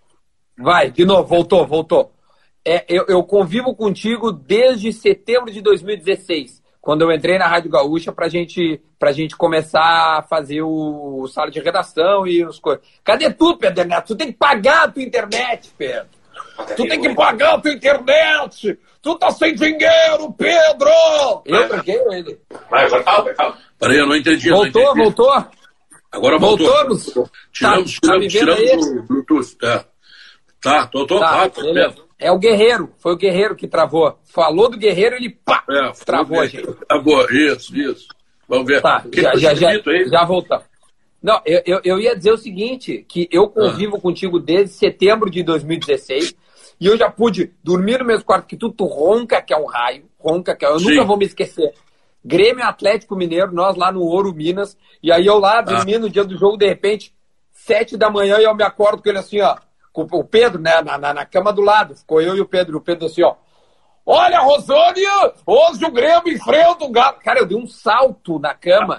Vai, de novo, voltou, voltou. É, eu, eu convivo contigo desde setembro de dois mil e dezesseis, quando eu entrei na Rádio Gaúcha pra gente, pra gente começar a fazer o, o sala de redação e as coisas. Cadê tu, Pedro Ernesto? Tu tem que pagar a tua internet, Pedro. Tu tem que pagar a tua internet. Tu tá sem dinheiro, Pedro. Eu tranquei ele. Vai, vai, calma, calma. Peraí, eu não entendi. Voltou, não entendi. voltou? Agora voltou. Voltamos? Tiramos, tá, tiramos, tá tiramos o Bluetooth. É. Tá, tô, tô, tá, tá, tá é o Guerreiro, foi o Guerreiro que travou. Falou do Guerreiro, ele pá, é, travou a gente. Travou, isso, isso. Vamos ver. Tá, que já, que já, já, aí? já voltamos. Não, eu, eu, eu ia dizer o seguinte, que eu convivo ah. contigo desde setembro de dois mil e dezesseis e eu já pude dormir no mesmo quarto que tu, tu ronca, que é um raio, ronca, que é, eu Sim. nunca vou me esquecer. Grêmio Atlético Mineiro, nós lá no Ouro, Minas, e aí eu lá dormindo ah. no dia do jogo, de repente, sete da manhã, e eu me acordo com ele assim, ó, com o Pedro, né, na, na, na cama do lado. Ficou eu e o Pedro. O Pedro assim, ó. Olha, Rosânia, hoje o Grêmio enfrenta o Galo. Cara, eu dei um salto na cama.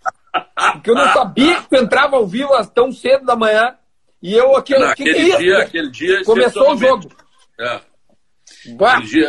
Porque eu não sabia que tu entrava ao vivo tão cedo da manhã. E eu aqui... Não, que aquele, que é isso, dia, aquele dia... Começou o jogo. É. Aquele dia...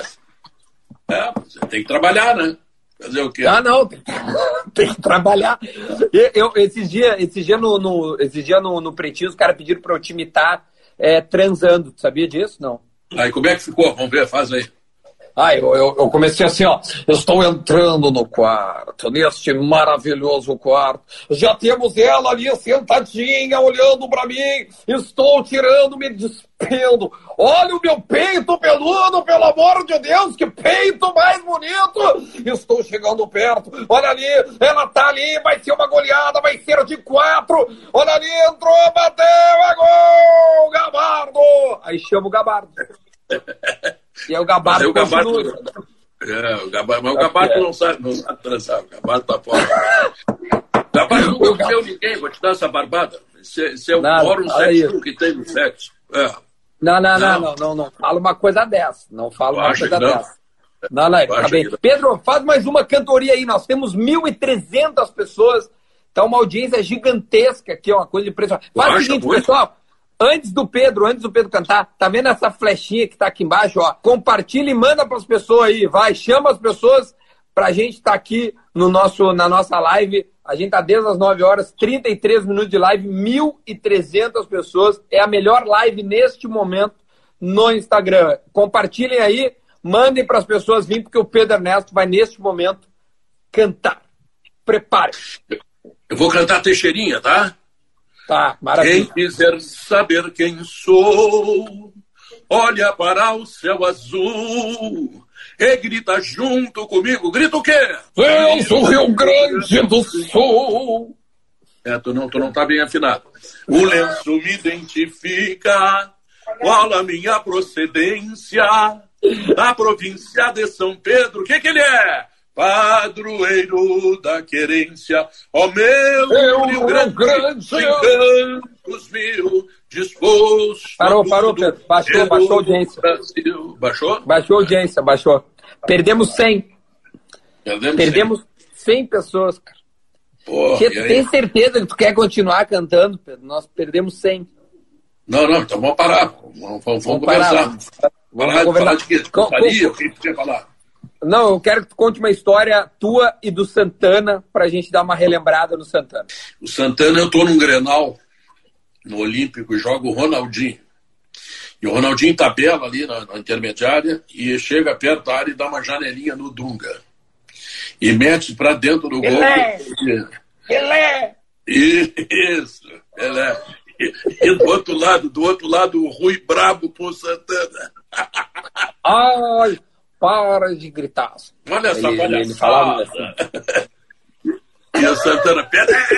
É, você tem que trabalhar, né? Fazer o quê? Ah, não. Tem, tem que trabalhar. Eu, eu, esses dias esse dia no, no, esse dia no, no Pretinho, os caras pediram pra eu te imitar... É, transando, tu sabia disso? Não. Aí como é que ficou? Vamos ver, faz aí. Ah, eu, eu, eu comecei assim, ó. Estou entrando no quarto, neste maravilhoso quarto. Já temos ela ali sentadinha, olhando pra mim. Estou tirando, me despendo. Olha o meu peito peludo, pelo amor de Deus, que peito mais bonito. Estou chegando perto. Olha ali, ela tá ali, vai ser uma goleada, vai ser de quatro. Olha ali, entrou, bateu, é gol, Gabardo. Aí chama o Gabardo. E aí o Gabardo o Gabardo, continua. é, o Gabardo, mas o Gabardo é. não sabe, não sabe transar. O Gabardo tá fora. O Gabardo nunca comeu ninguém, vou te dar essa barbada. Esse é o fórum sexual que tem no sexo. É. Não, não, não, não, não, não. Fala uma coisa dessa. Não fala uma coisa dessa. Não, não, fica bem. Pedro, faz mais uma cantoria aí. Nós temos mil e trezentas pessoas. Tá uma audiência gigantesca aqui, é uma coisa impressionante. Faz o seguinte, pessoal. Antes do Pedro, antes do Pedro cantar, tá vendo essa flechinha que tá aqui embaixo, ó? Compartilha e manda pras pessoas aí, vai, chama as pessoas pra gente estar tá aqui no nosso, na nossa live. A gente tá desde as nove horas, trinta e três minutos de live, mil e trezentas pessoas. É a melhor live neste momento no Instagram. Compartilhem aí, mandem pras pessoas virem, porque o Pedro Ernesto vai neste momento cantar. Prepare. Eu vou cantar Teixeirinha, tá? Tá, maravilha. Quem quiser saber quem sou, olha para o céu azul e grita junto comigo. Grita o quê? Eu sou o Rio Grande do Sul. É, tu não, tu não tá bem afinado. O lenço me identifica, qual a minha procedência, da província de São Pedro. O que que ele é? Padroeiro da querência, ó meu Eu, Rio Grande, grande campos mil, disposto. Parou, parou, Pedro. Baixou, baixou a audiência. Brasil. Baixou? Baixou a audiência, baixou. Perdemos cem. Perdemos, Perdemos cem pessoas, cara. Porra, Você tem certeza que tu quer continuar cantando, Pedro? Nós perdemos cem. Não, não, então vamos parar. Vamos, vamos, vamos, vamos conversar. Parar. Vamos Vamos conversar. Falar de quê? De putaria? O que tu quer falar? Não, eu quero que tu conte uma história tua e do Santana pra gente dar uma relembrada no Santana. O Santana, eu tô num Grenal, no Olímpico, e joga o Ronaldinho. E o Ronaldinho tabela ali na, na intermediária e chega perto da área e dá uma janelinha no Dunga. E mete pra dentro do gol. Pelé! Pelé! Isso, Pelé. E, e do outro lado, do outro lado, o Rui brabo pro Santana. Ai, para de gritar. Olha essa ele, palhaçada. Ele falava assim. E o Santana, Pelé!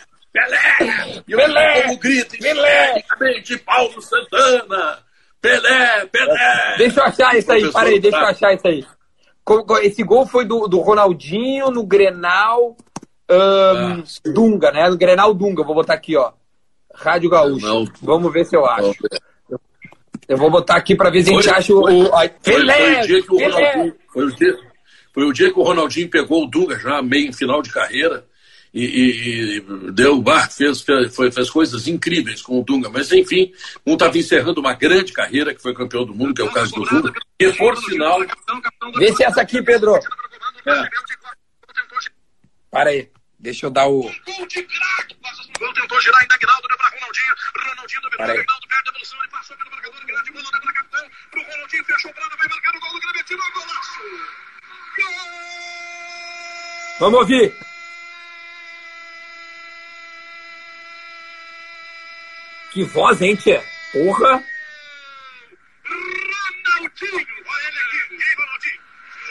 Pelé! E o Pelé! povo grita, Pelé! histericamente, Paulo Santana! Pelé! Pelé! Deixa eu achar isso aí, para aí, deixa eu achar isso aí. Esse gol foi do, do Ronaldinho no Grenal um, ah, Dunga, né? No Grenal Dunga, vou botar aqui, ó. Rádio Gaúcho. Não. Vamos ver se eu acho. Eu vou botar aqui para ver se a gente acha o... o... Foi, Pelé, foi, o dia que o Ronaldinho, foi, o dia, foi o dia que o Ronaldinho pegou o Dunga, já meio em final de carreira, e, e, e deu bar, fez, fez, fez coisas incríveis com o Dunga. Mas, enfim, um estava encerrando uma grande carreira, que foi campeão do mundo, que é o caso do Dunga. E, por sinal... Vê se é essa aqui, Pedro. É. Para aí. Deixa eu dar o... Gol tentou girar ainda, Aguinaldo, deu pra Ronaldinho. Ronaldinho dominou, Aguinaldo perde a evolução, ele passou pelo marcador, grande bola, deu pra capitão. Pro Ronaldinho, fechou o plano, vai marcar o gol do Grêmio, tirou o golaço. Gol! Vamos ouvir. Que voz, hein, tia? Porra! Ronaldinho, olha ele aqui, e aí, Ronaldinho?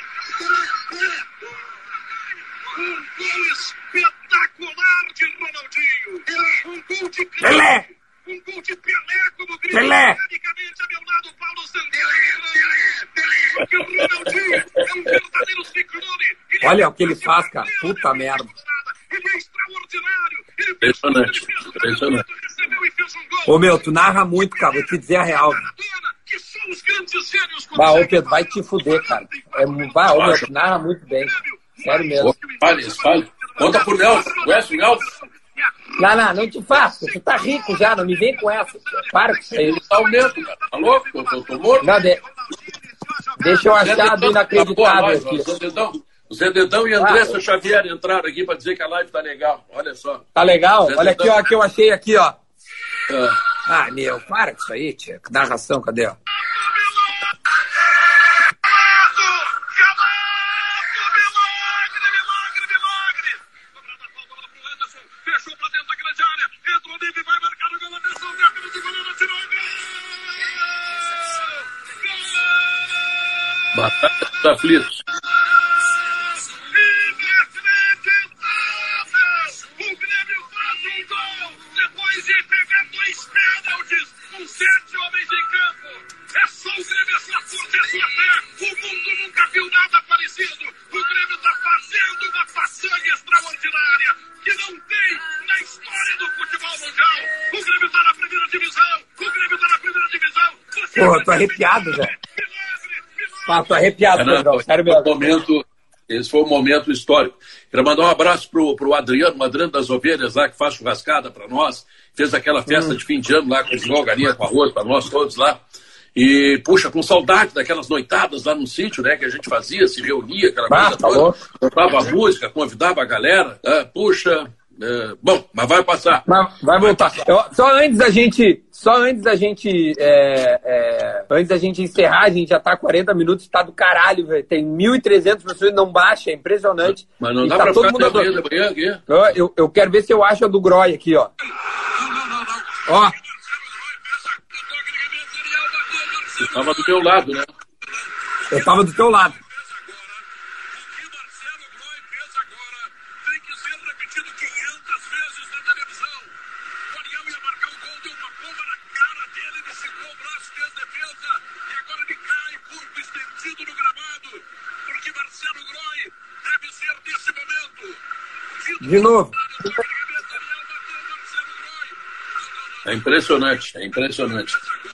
Um gol espetacular de Ronaldinho. Um gol de Pelé. Um gol de Pelé como grito. Pelé. Praticamente a meu lado, Paulo Santana. Pelé. Porque o Ronaldinho é um verdadeiro ciclone. Olha o que ele faz, cara. Puta merda. Ele é extraordinário. Ele Impressionante. Impressionante. Ô, meu, tu narra muito, cara. Vou te dizer a real. Bah, ô, Pedro, vai te fuder, cara. É, bah, ô, meu, tu narra muito bem. Sério mesmo. Fale, fale. Conta pro Nelson. Conhece o Nelson? Não, não, não te faço. Tu tá rico já, não me vem com essa. Para com isso aí. Ele tá aumento, cara. Tá louco? Eu tô, tô morto. Não, de... Deixa eu achar do inacreditável aqui. O Zededão, o Zededão e Andressa ah, Xavier entraram aqui pra dizer que a live tá legal. Olha só. Tá legal? Zededão. Olha aqui, ó, que eu achei aqui, ó. Ah, ah meu, para com isso aí, tia. Narração, cadê, ó? aflitos. Depois de pegar dois pênaltis com sete homens em campo. É só o Grêmio, é sua força, é sua fé. O mundo nunca viu nada parecido. O Grêmio está fazendo uma façanha extraordinária que não tem na história do futebol mundial. O Grêmio está na primeira divisão. O Grêmio está na primeira divisão. Você Porra, tô arrepiado, velho. Ah, tô arrepiado, Pedro. Sério mesmo. Momento, esse foi um momento histórico. Quero mandar um abraço pro, pro Adriano, o Adriano das Ovelhas lá, que faz churrascada para nós. Fez aquela festa hum. de fim de ano lá, cozinhou galinha com arroz para nós todos lá. E, puxa, com saudade daquelas noitadas lá no sítio, né, que a gente fazia, se reunia, aquela ah, coisa toda. Botava a música, convidava a galera. Ah, puxa, é, bom, mas vai passar. Mas vai voltar. Eu, só antes da gente, só antes da gente, é, é, antes da gente encerrar, a gente já tá quarenta minutos, tá do caralho, velho. Tem mil e trezentas pessoas, não baixa, é impressionante. Mas não e dá tá pra todo ficar mundo até amanhã da manhã aqui. Eu, eu, eu quero ver se eu acho a do Groy aqui, ó. Ó. Eu tava do teu lado, né? Eu tava do teu lado. De novo. É impressionante, é impressionante.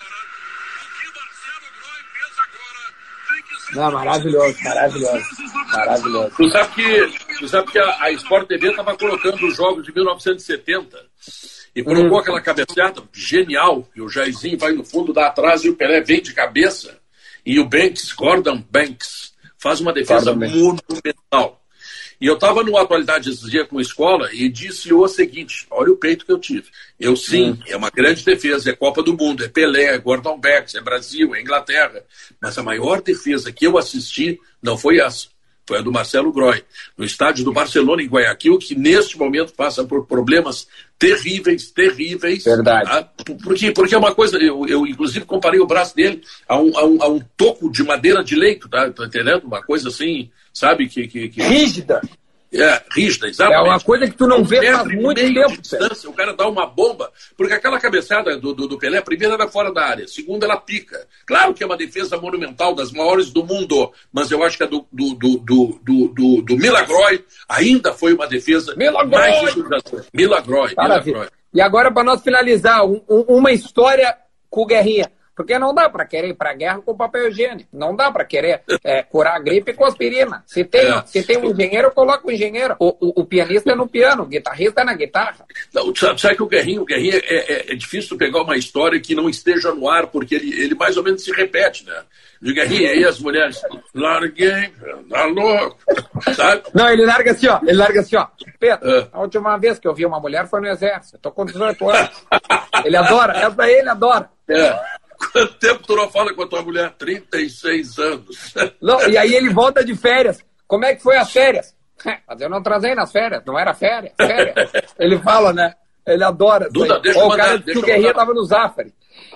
Não, maravilhoso, maravilhoso, maravilhoso. Tu sabe que, tu sabe que a, a Sport T V estava colocando os jogos de mil novecentos e setenta e colocou hum. aquela cabeçada genial, e o Jairzinho vai no fundo, dá atrás e o Pelé vem de cabeça, e o Banks, Gordon Banks, faz uma defesa monumental. E eu estava no Atualidade esses dias com a escola e disse o seguinte, olha o peito que eu tive. Eu sim, hum. é uma grande defesa, é Copa do Mundo, é Pelé, é Gordon Banks, é Brasil, é Inglaterra. Mas a maior defesa que eu assisti não foi essa, foi a do Marcelo Groy, no estádio do Barcelona em Guayaquil, que neste momento passa por problemas terríveis, terríveis. Verdade. Tá? Porque, porque é uma coisa, eu, eu inclusive comparei o braço dele a um, a um, a um toco de madeira de leito, tá, tá entendendo? Uma coisa assim, sabe? Que, que, que... Rígida. É, rígida, exatamente. É uma coisa que tu não um vê faz muito tempo. Distância, o cara dá uma bomba, porque aquela cabeçada do, do, do Pelé, a primeira era fora da área, a segunda ela pica. Claro que é uma defesa monumental, das maiores do mundo, mas eu acho que a do, do, do, do, do, do, do Milagrói ainda foi uma defesa Milagrói. mais difícil. Milagrói, Milagrói. E agora, para nós finalizar, um, um, uma história com o Guerrinha. Porque não dá para querer ir para a guerra com papel higiênico. Não dá para querer é, curar a gripe com aspirina. Se tem, é. se tem um engenheiro, coloca o engenheiro. O, o, o pianista é no piano, o guitarrista é na guitarra. Não, sabe, sabe que o Guerrinho, o Guerrinho é, é, é difícil pegar uma história que não esteja no ar, porque ele, ele mais ou menos se repete, né? De Guerrinha, aí as mulheres, larguei, tá louco, sabe? Não, ele larga assim, ó. Ele larga assim, ó. Pedro, é. a última vez que eu vi uma mulher foi no exército. Eu tô com dezoito anos. Ele adora, essa aí ele adora. É. Quanto tempo tu não fala com a tua mulher? trinta e seis anos. Não, e aí ele volta de férias. Como é que foi as férias? Mas eu não trazei nas férias, não era férias. férias. Ele fala, né? Ele adora. Duda, deixa oh, eu mandar. O cara disse que o Guerrinha tava no Zafari.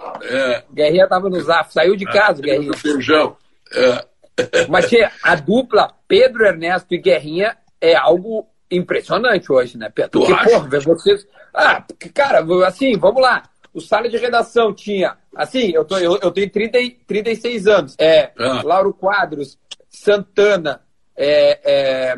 É. O Guerrinha tava no Zafari. Saiu de casa, o Guerrinha. Feijão. É. Mas, tia, a dupla Pedro Ernesto e Guerrinha é algo impressionante hoje, né, Pedro? Tu porque, acha? porra, ver vocês... Ah, porque, cara, assim, vamos lá. O sala de redação tinha... Assim, eu, tô, eu, eu tenho trinta, trinta e seis anos. É, ah. Lauro Quadros, Santana, é, é,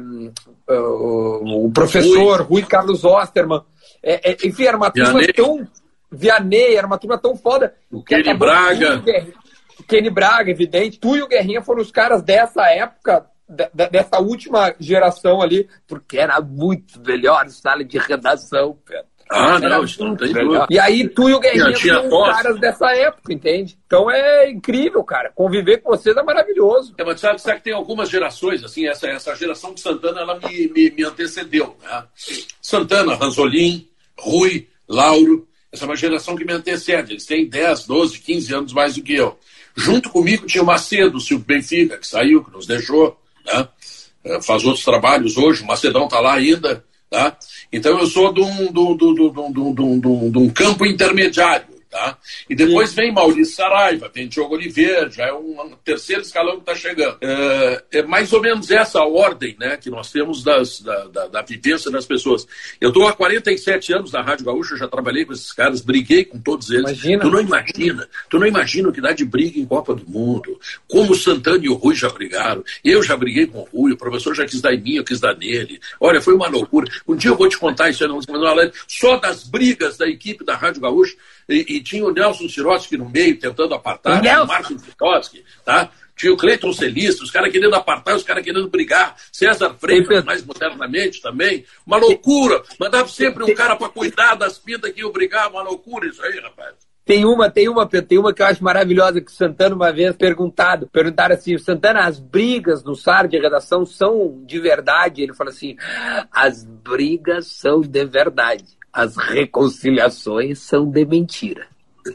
o, o professor Rui, Rui Carlos Osterman. É, é, enfim, era uma turma Vianney. tão... Vianney, era uma turma tão foda. O Kenny Braga. O Kenny Braga, evidente. Tu e o Guerrinha foram os caras dessa época, de, de, dessa última geração ali, porque era muito melhor sala de redação, Pedro. Ah, era não, isso não tem dúvida. E aí tu e o Guerrinha tinha, tinha são os caras dessa época, entende? Então é incrível, cara. Conviver com vocês é maravilhoso. É, mas sabe, sabe que tem algumas gerações, assim, essa, essa geração de Santana, ela me, me, me antecedeu, né? Santana, Ranzolin, Rui, Lauro, essa é uma geração que me antecede. Eles têm dez, doze, quinze anos mais do que eu. Junto comigo tinha o Macedo, o Silvio Benfica, que saiu, que nos deixou, né? Faz outros trabalhos hoje, o Macedão está lá ainda, tá? Então eu sou de um, de um, de um, de um, de um, de um campo intermediário. Tá? E depois Sim. vem Maurício Saraiva, vem Diogo Oliveira, já é um, um terceiro escalão que está chegando. É, é mais ou menos essa a ordem, né, que nós temos das, da, da, da vivência das pessoas. Eu estou há quarenta e sete anos na Rádio Gaúcha, já trabalhei com esses caras, briguei com todos eles. Imagina. Tu não imagina, tu não imagina o que dá de briga em Copa do Mundo, como o Santana e o Rui já brigaram. Eu já briguei com o Rui, o professor já quis dar em mim, eu quis dar nele. Olha, foi uma loucura. Um dia eu vou te contar isso aí, só das brigas da equipe da Rádio Gaúcha. E, e tinha o Nelson Sirotsky no meio, tentando apartar, o Marcos Sirotsky, tá? Tinha o Cleiton Celista, os caras querendo apartar, os caras querendo brigar. César Freitas, mais modernamente também. Uma loucura. Mandava sempre um cara para cuidar das pintas que iam brigar. Uma loucura isso aí, rapaz. Tem uma, tem uma, tem uma que eu acho maravilhosa, que o Santana uma vez perguntado, perguntaram assim, Santana, as brigas no S A R de redação são de verdade? Ele falou assim, as brigas são de verdade. As reconciliações são de mentira.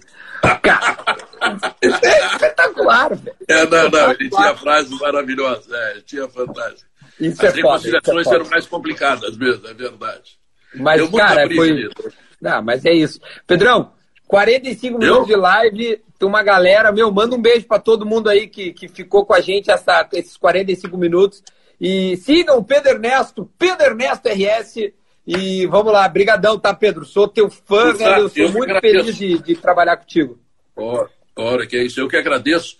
Cara, é espetacular, velho. É, não, não, ele tinha frases maravilhosas, é, ele tinha fantástica. Isso As é reconciliações foda, eram mais complicadas mesmo, é verdade. Mas, Deu cara, foi... Não, mas é isso. Pedrão, quarenta e cinco minutos de live, tem uma galera, meu, manda um beijo pra todo mundo aí que, que ficou com a gente essa, esses quarenta e cinco minutos. E sigam o Pedro Ernesto, Pedro Ernesto R S. E vamos lá, brigadão, tá, Pedro? Sou teu fã, Exato, velho, eu sou eu muito feliz de, de trabalhar contigo. Ora, ora, que é isso, eu que agradeço.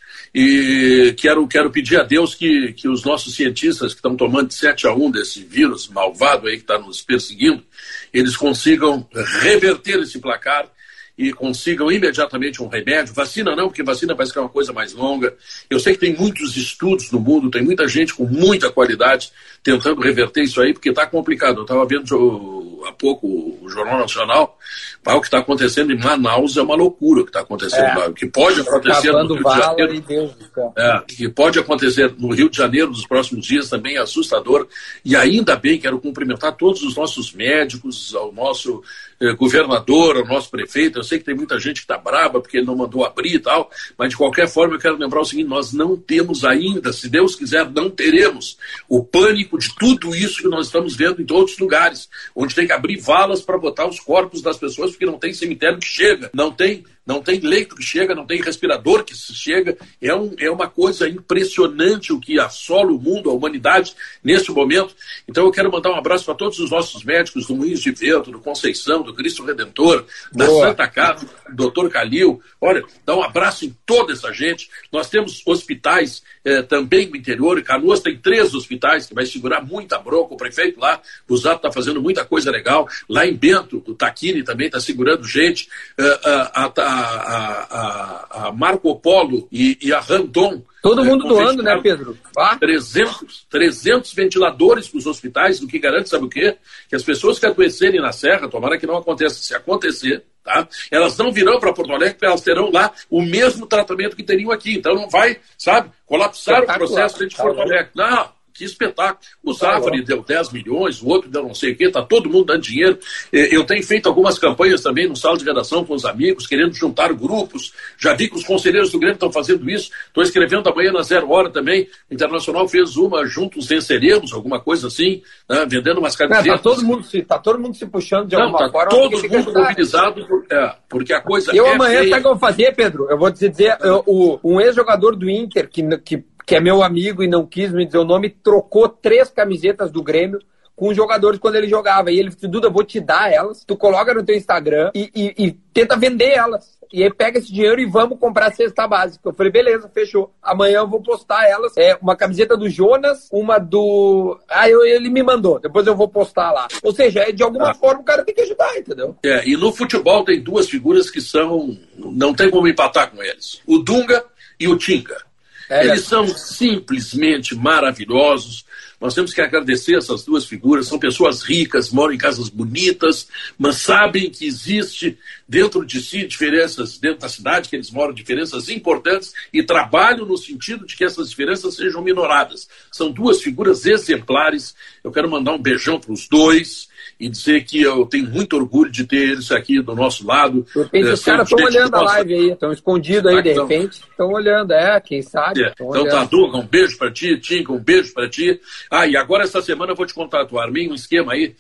E quero, quero pedir a Deus que, que os nossos cientistas que estão tomando de sete a um desse vírus malvado aí que está nos perseguindo, eles consigam reverter esse placar e consigam imediatamente um remédio. Vacina não, porque vacina parece que é uma coisa mais longa. Eu sei que tem muitos estudos no mundo, tem muita gente com muita qualidade tentando reverter isso aí, porque está complicado. Eu estava vendo há pouco o Jornal Nacional, o que está acontecendo em Manaus é uma loucura o que está acontecendo é. lá. O que pode acontecer no Rio de Janeiro, e Deus do céu. É, que pode acontecer no Rio de Janeiro nos próximos dias também é assustador. E ainda bem, quero cumprimentar todos os nossos médicos, ao nosso eh, governador, ao nosso prefeito. Eu sei que tem muita gente que está braba porque ele não mandou abrir e tal, mas de qualquer forma eu quero lembrar o seguinte, nós não temos ainda, se Deus quiser, não teremos o pânico de tudo isso que nós estamos vendo em outros lugares, onde tem que abrir valas para botar os corpos das pessoas porque não tem cemitério que chega, não tem, não tem leito que chega, não tem respirador que chega. É, um, é uma coisa impressionante o que assola o mundo, a humanidade, nesse momento. Então eu quero mandar um abraço para todos os nossos médicos do Moinhos de Vento, do Conceição, do Cristo Redentor, da Boa. Santa Casa, do doutor Calil. Olha, dá um abraço em toda essa gente. Nós temos hospitais eh, também no interior. Canoas tem três hospitais que vai segurar muita bronca. O prefeito lá, o Zato, está fazendo muita coisa legal. Lá em Bento, o Taquini também está segurando gente. Uh, a, a, a, a Marco Polo e, e a Randon. Todo mundo uh, doando, né, Pedro? Ah. trezentos, trezentos ventiladores para os hospitais, o que garante, sabe o quê? Que as pessoas que adoecerem na Serra, tomara que não aconteça, se acontecer, tá? Elas não virão para Porto Alegre, porque elas terão lá o mesmo tratamento que teriam aqui. Então não vai, sabe, colapsar o processo dentro de Porto Alegre. Não. Que espetáculo. O Zafari deu dez milhões, o outro deu não sei o quê, está todo mundo dando dinheiro. Eu tenho feito algumas campanhas também no sala de redação com os amigos, querendo juntar grupos. Já vi que os conselheiros do Grêmio estão fazendo isso. Estou escrevendo amanhã na Zero Hora também. O Internacional fez uma, juntos venceremos, alguma coisa assim, né? Vendendo umas camisetas. Está todo, mundo se, tá todo mundo se puxando de não, alguma tá forma. Todo mundo mobilizado, por, é, porque a coisa eu é amanhã, feia. sabe o que eu vou fazer, Pedro? Eu vou te dizer, eu, o, um ex-jogador do Inter, que... que que é meu amigo e não quis me dizer o nome, trocou três camisetas do Grêmio com os jogadores quando ele jogava. E ele disse, Duda, eu vou te dar elas, tu coloca no teu Instagram e, e, e tenta vender elas. E aí pega esse dinheiro e vamos comprar a cesta básica. Eu falei, beleza, fechou. Amanhã eu vou postar elas. É uma camiseta do Jonas, uma do... Ah, eu, ele me mandou. Depois eu vou postar lá. Ou seja, é, de alguma ah. forma o cara tem que ajudar, entendeu? É, e no futebol tem duas figuras que são... Não tem como empatar com eles. O Dunga e o Tinga. É, eles são simplesmente maravilhosos. Nós temos que agradecer essas duas figuras. São pessoas ricas, moram em casas bonitas, mas sabem que existe dentro de si diferenças, dentro da cidade que eles moram, diferenças importantes e trabalham no sentido de que essas diferenças sejam minoradas. São duas figuras exemplares. Eu quero mandar um beijão para os dois e dizer que eu tenho muito orgulho de ter eles aqui do nosso lado. De repente, é, os caras estão olhando a live aí, estão escondidos aí, de então, repente, estão olhando, é, quem sabe. É. Então tá, Duga, um beijo para ti, Tinga, um beijo para ti. Ah, e agora essa semana eu vou te contar, tu armei um esquema aí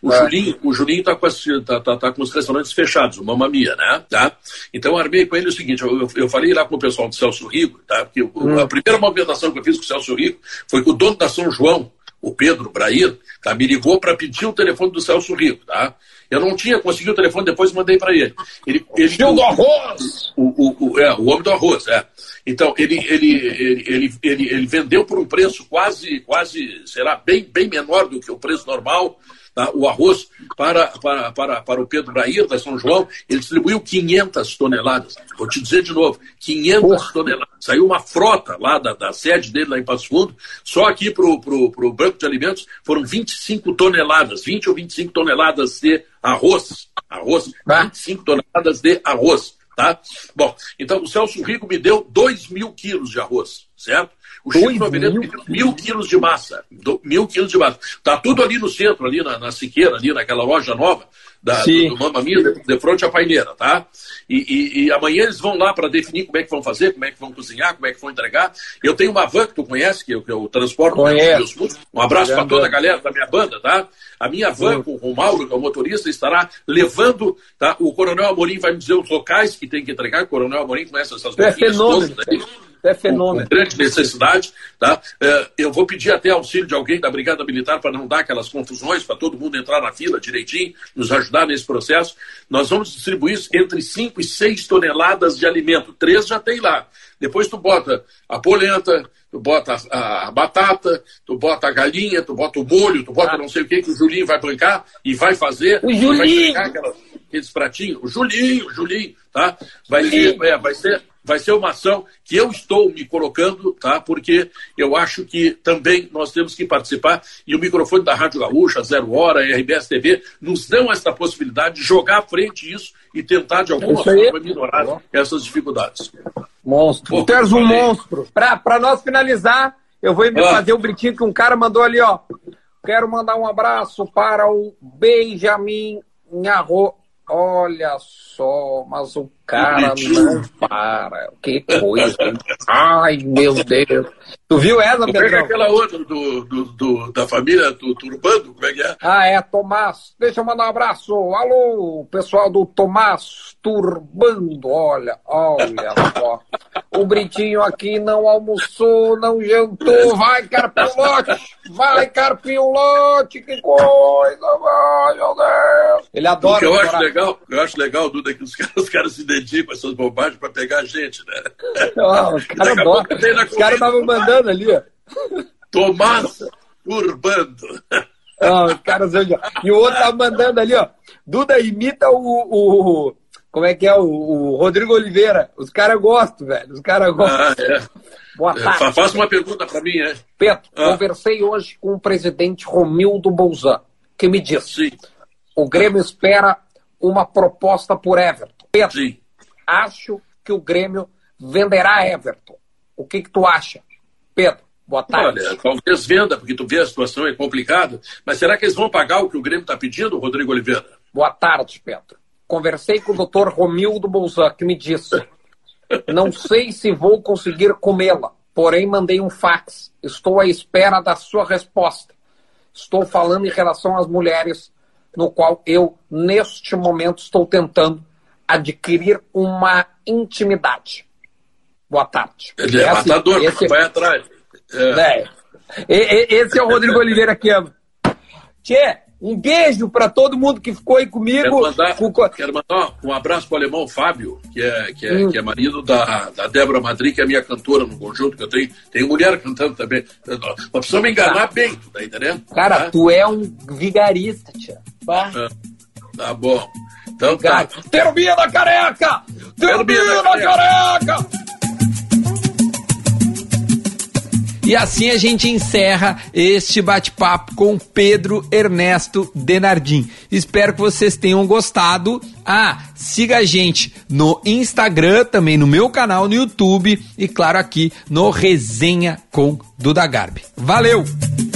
O, é. Julinho, o Julinho tá com, as, tá, tá, tá com os restaurantes fechados, o Mamma Mia, né? Tá? Então eu armei com ele o seguinte, eu, eu falei lá com o pessoal do Celso Rico, tá? Porque hum. a primeira movimentação que eu fiz com o Celso Rico foi com o dono da São João, o Pedro Brair, tá? Me ligou para pedir o telefone do Celso Rico, tá? Eu não tinha conseguido o telefone, depois mandei para ele. Ele, ele o do arroz! O, o, o, é, o homem do arroz, é. Então, ele, ele, ele, ele, ele, ele vendeu por um preço quase, quase, será bem, bem menor do que o preço normal, tá? O arroz para, para, para, para o Pedro Brair, da São João. Ele distribuiu quinhentas toneladas. Vou te dizer de novo, quinhentas Porra. toneladas. Saiu uma frota lá da, da sede dele, lá em Passo Fundo. Só aqui para o pro, pro Banco de Alimentos foram vinte e cinco toneladas, vinte ou vinte e cinco toneladas de arroz. Arroz, ah. vinte e cinco toneladas de arroz. Tá? Bom, então o Celso Rico me deu dois mil quilos de arroz, certo? O Chico Noveleto me deu mil quilos de massa. Do, mil quilos de massa. Tá tudo ali no centro, ali na, na Siqueira, ali naquela loja nova da, do, do Mamma Mia, de, de frente à paineira, tá? E, e, e amanhã eles vão lá para definir como é que vão fazer, como é que vão cozinhar, como é que vão entregar. Eu tenho uma van que tu conhece, que eu, que eu transporto meus fundos. Um abraço para toda a galera da minha banda, tá? A minha van uhum. com o Mauro, que é o motorista, estará levando, tá? O Coronel Amorim vai me dizer os locais que tem que entregar. O Coronel Amorim conhece essas é fenômeno. Todas, né? É fenômeno. Com grande necessidade, tá? Eu vou pedir até auxílio de alguém da Brigada Militar para não dar aquelas confusões, para todo mundo entrar na fila direitinho, nos ajudar nesse processo. Nós vamos distribuir entre cinco e seis toneladas de alimento. Três já tem lá. Depois tu bota a polenta, tu bota a, a batata, tu bota a galinha, tu bota o molho, tu bota ah. não sei o que que o Julinho vai bancar e vai fazer. O Julinho! Vai entregar aquelas, aqueles pratinhos. O Julinho, o Julinho, tá? Vai ser, é, vai ser... Vai ser uma ação que eu estou me colocando, tá? Porque eu acho que também nós temos que participar e o microfone da Rádio Gaúcha, Zero Hora, a R B S T V, nos dão essa possibilidade de jogar à frente isso e tentar de alguma forma minorar essas dificuldades. Monstro. Pô, tu és um monstro. Para nós finalizar, eu vou me ah. fazer o britinho que um cara mandou ali, ó. Quero mandar um abraço para o Benjamin Nharro. Olha só, mas o cara não para. Que coisa. Ai, meu Deus. Tu viu essa, Pedrão? Pega aquela outra do, do, do, da família do Turbando, como é que é? Ah, é, Tomás. Deixa eu mandar um abraço. Alô, pessoal do Tomás Turbando. Olha, olha só. O Britinho aqui não almoçou, não jantou. Vai, Carpiolote. Vai, Carpiolote. Que coisa. Ai, meu Deus. Ele adora. O que eu acho legal, eu acho legal, Duda, que os caras, os caras se dedicam a essas bobagens pra pegar a gente, né? Oh, os caras adoram. Os caras estavam mandando ali, ó. Tomás Turbando. Oh, os caras, e o outro tava mandando ali, ó. Duda imita o... o como é que é? O, o Rodrigo Oliveira. Os caras gostam, velho. Os caras gostam. Ah, é. Boa tarde. É, faça uma pergunta pra mim, é? Pedro, ah. conversei hoje com o presidente Romildo Bolzan, que me disse: Sim. o Grêmio espera uma proposta por Everton. Pedro, Sim. acho que o Grêmio venderá Everton. O que que tu acha? Pedro, boa tarde. Olha, talvez venda, porque tu vê a situação é complicada, mas será que eles vão pagar o que o Grêmio está pedindo, Rodrigo Oliveira? Boa tarde, Pedro. Conversei com o doutor Romildo Bolzan, que me disse: não sei se vou conseguir comê-la, porém mandei um fax. Estou à espera da sua resposta. Estou falando em relação às mulheres, no qual eu, neste momento, estou tentando adquirir uma intimidade. Boa tarde. Ele é matador, esse... vai atrás. É. É. Esse é o Rodrigo Oliveira que ama. Tchê, um beijo para todo mundo que ficou aí comigo. Quero mandar, o... quero mandar um abraço para o alemão Fábio, que é, que é, hum. que é marido da, da Débora Madri, que é minha cantora no conjunto, que eu tenho. Tem mulher cantando também. Mas precisa me enganar tá. bem, tá entendendo? Cara, tá? Tu é um vigarista, tia. Ah, tá bom. Então tá. Terbia da careca! Terbia da careca! E assim a gente encerra este bate-papo com Pedro Ernesto Denardim. Espero que vocês tenham gostado. Ah, siga a gente no Instagram, também no meu canal no YouTube e, claro, aqui no Resenha com Duda Garbi. Valeu!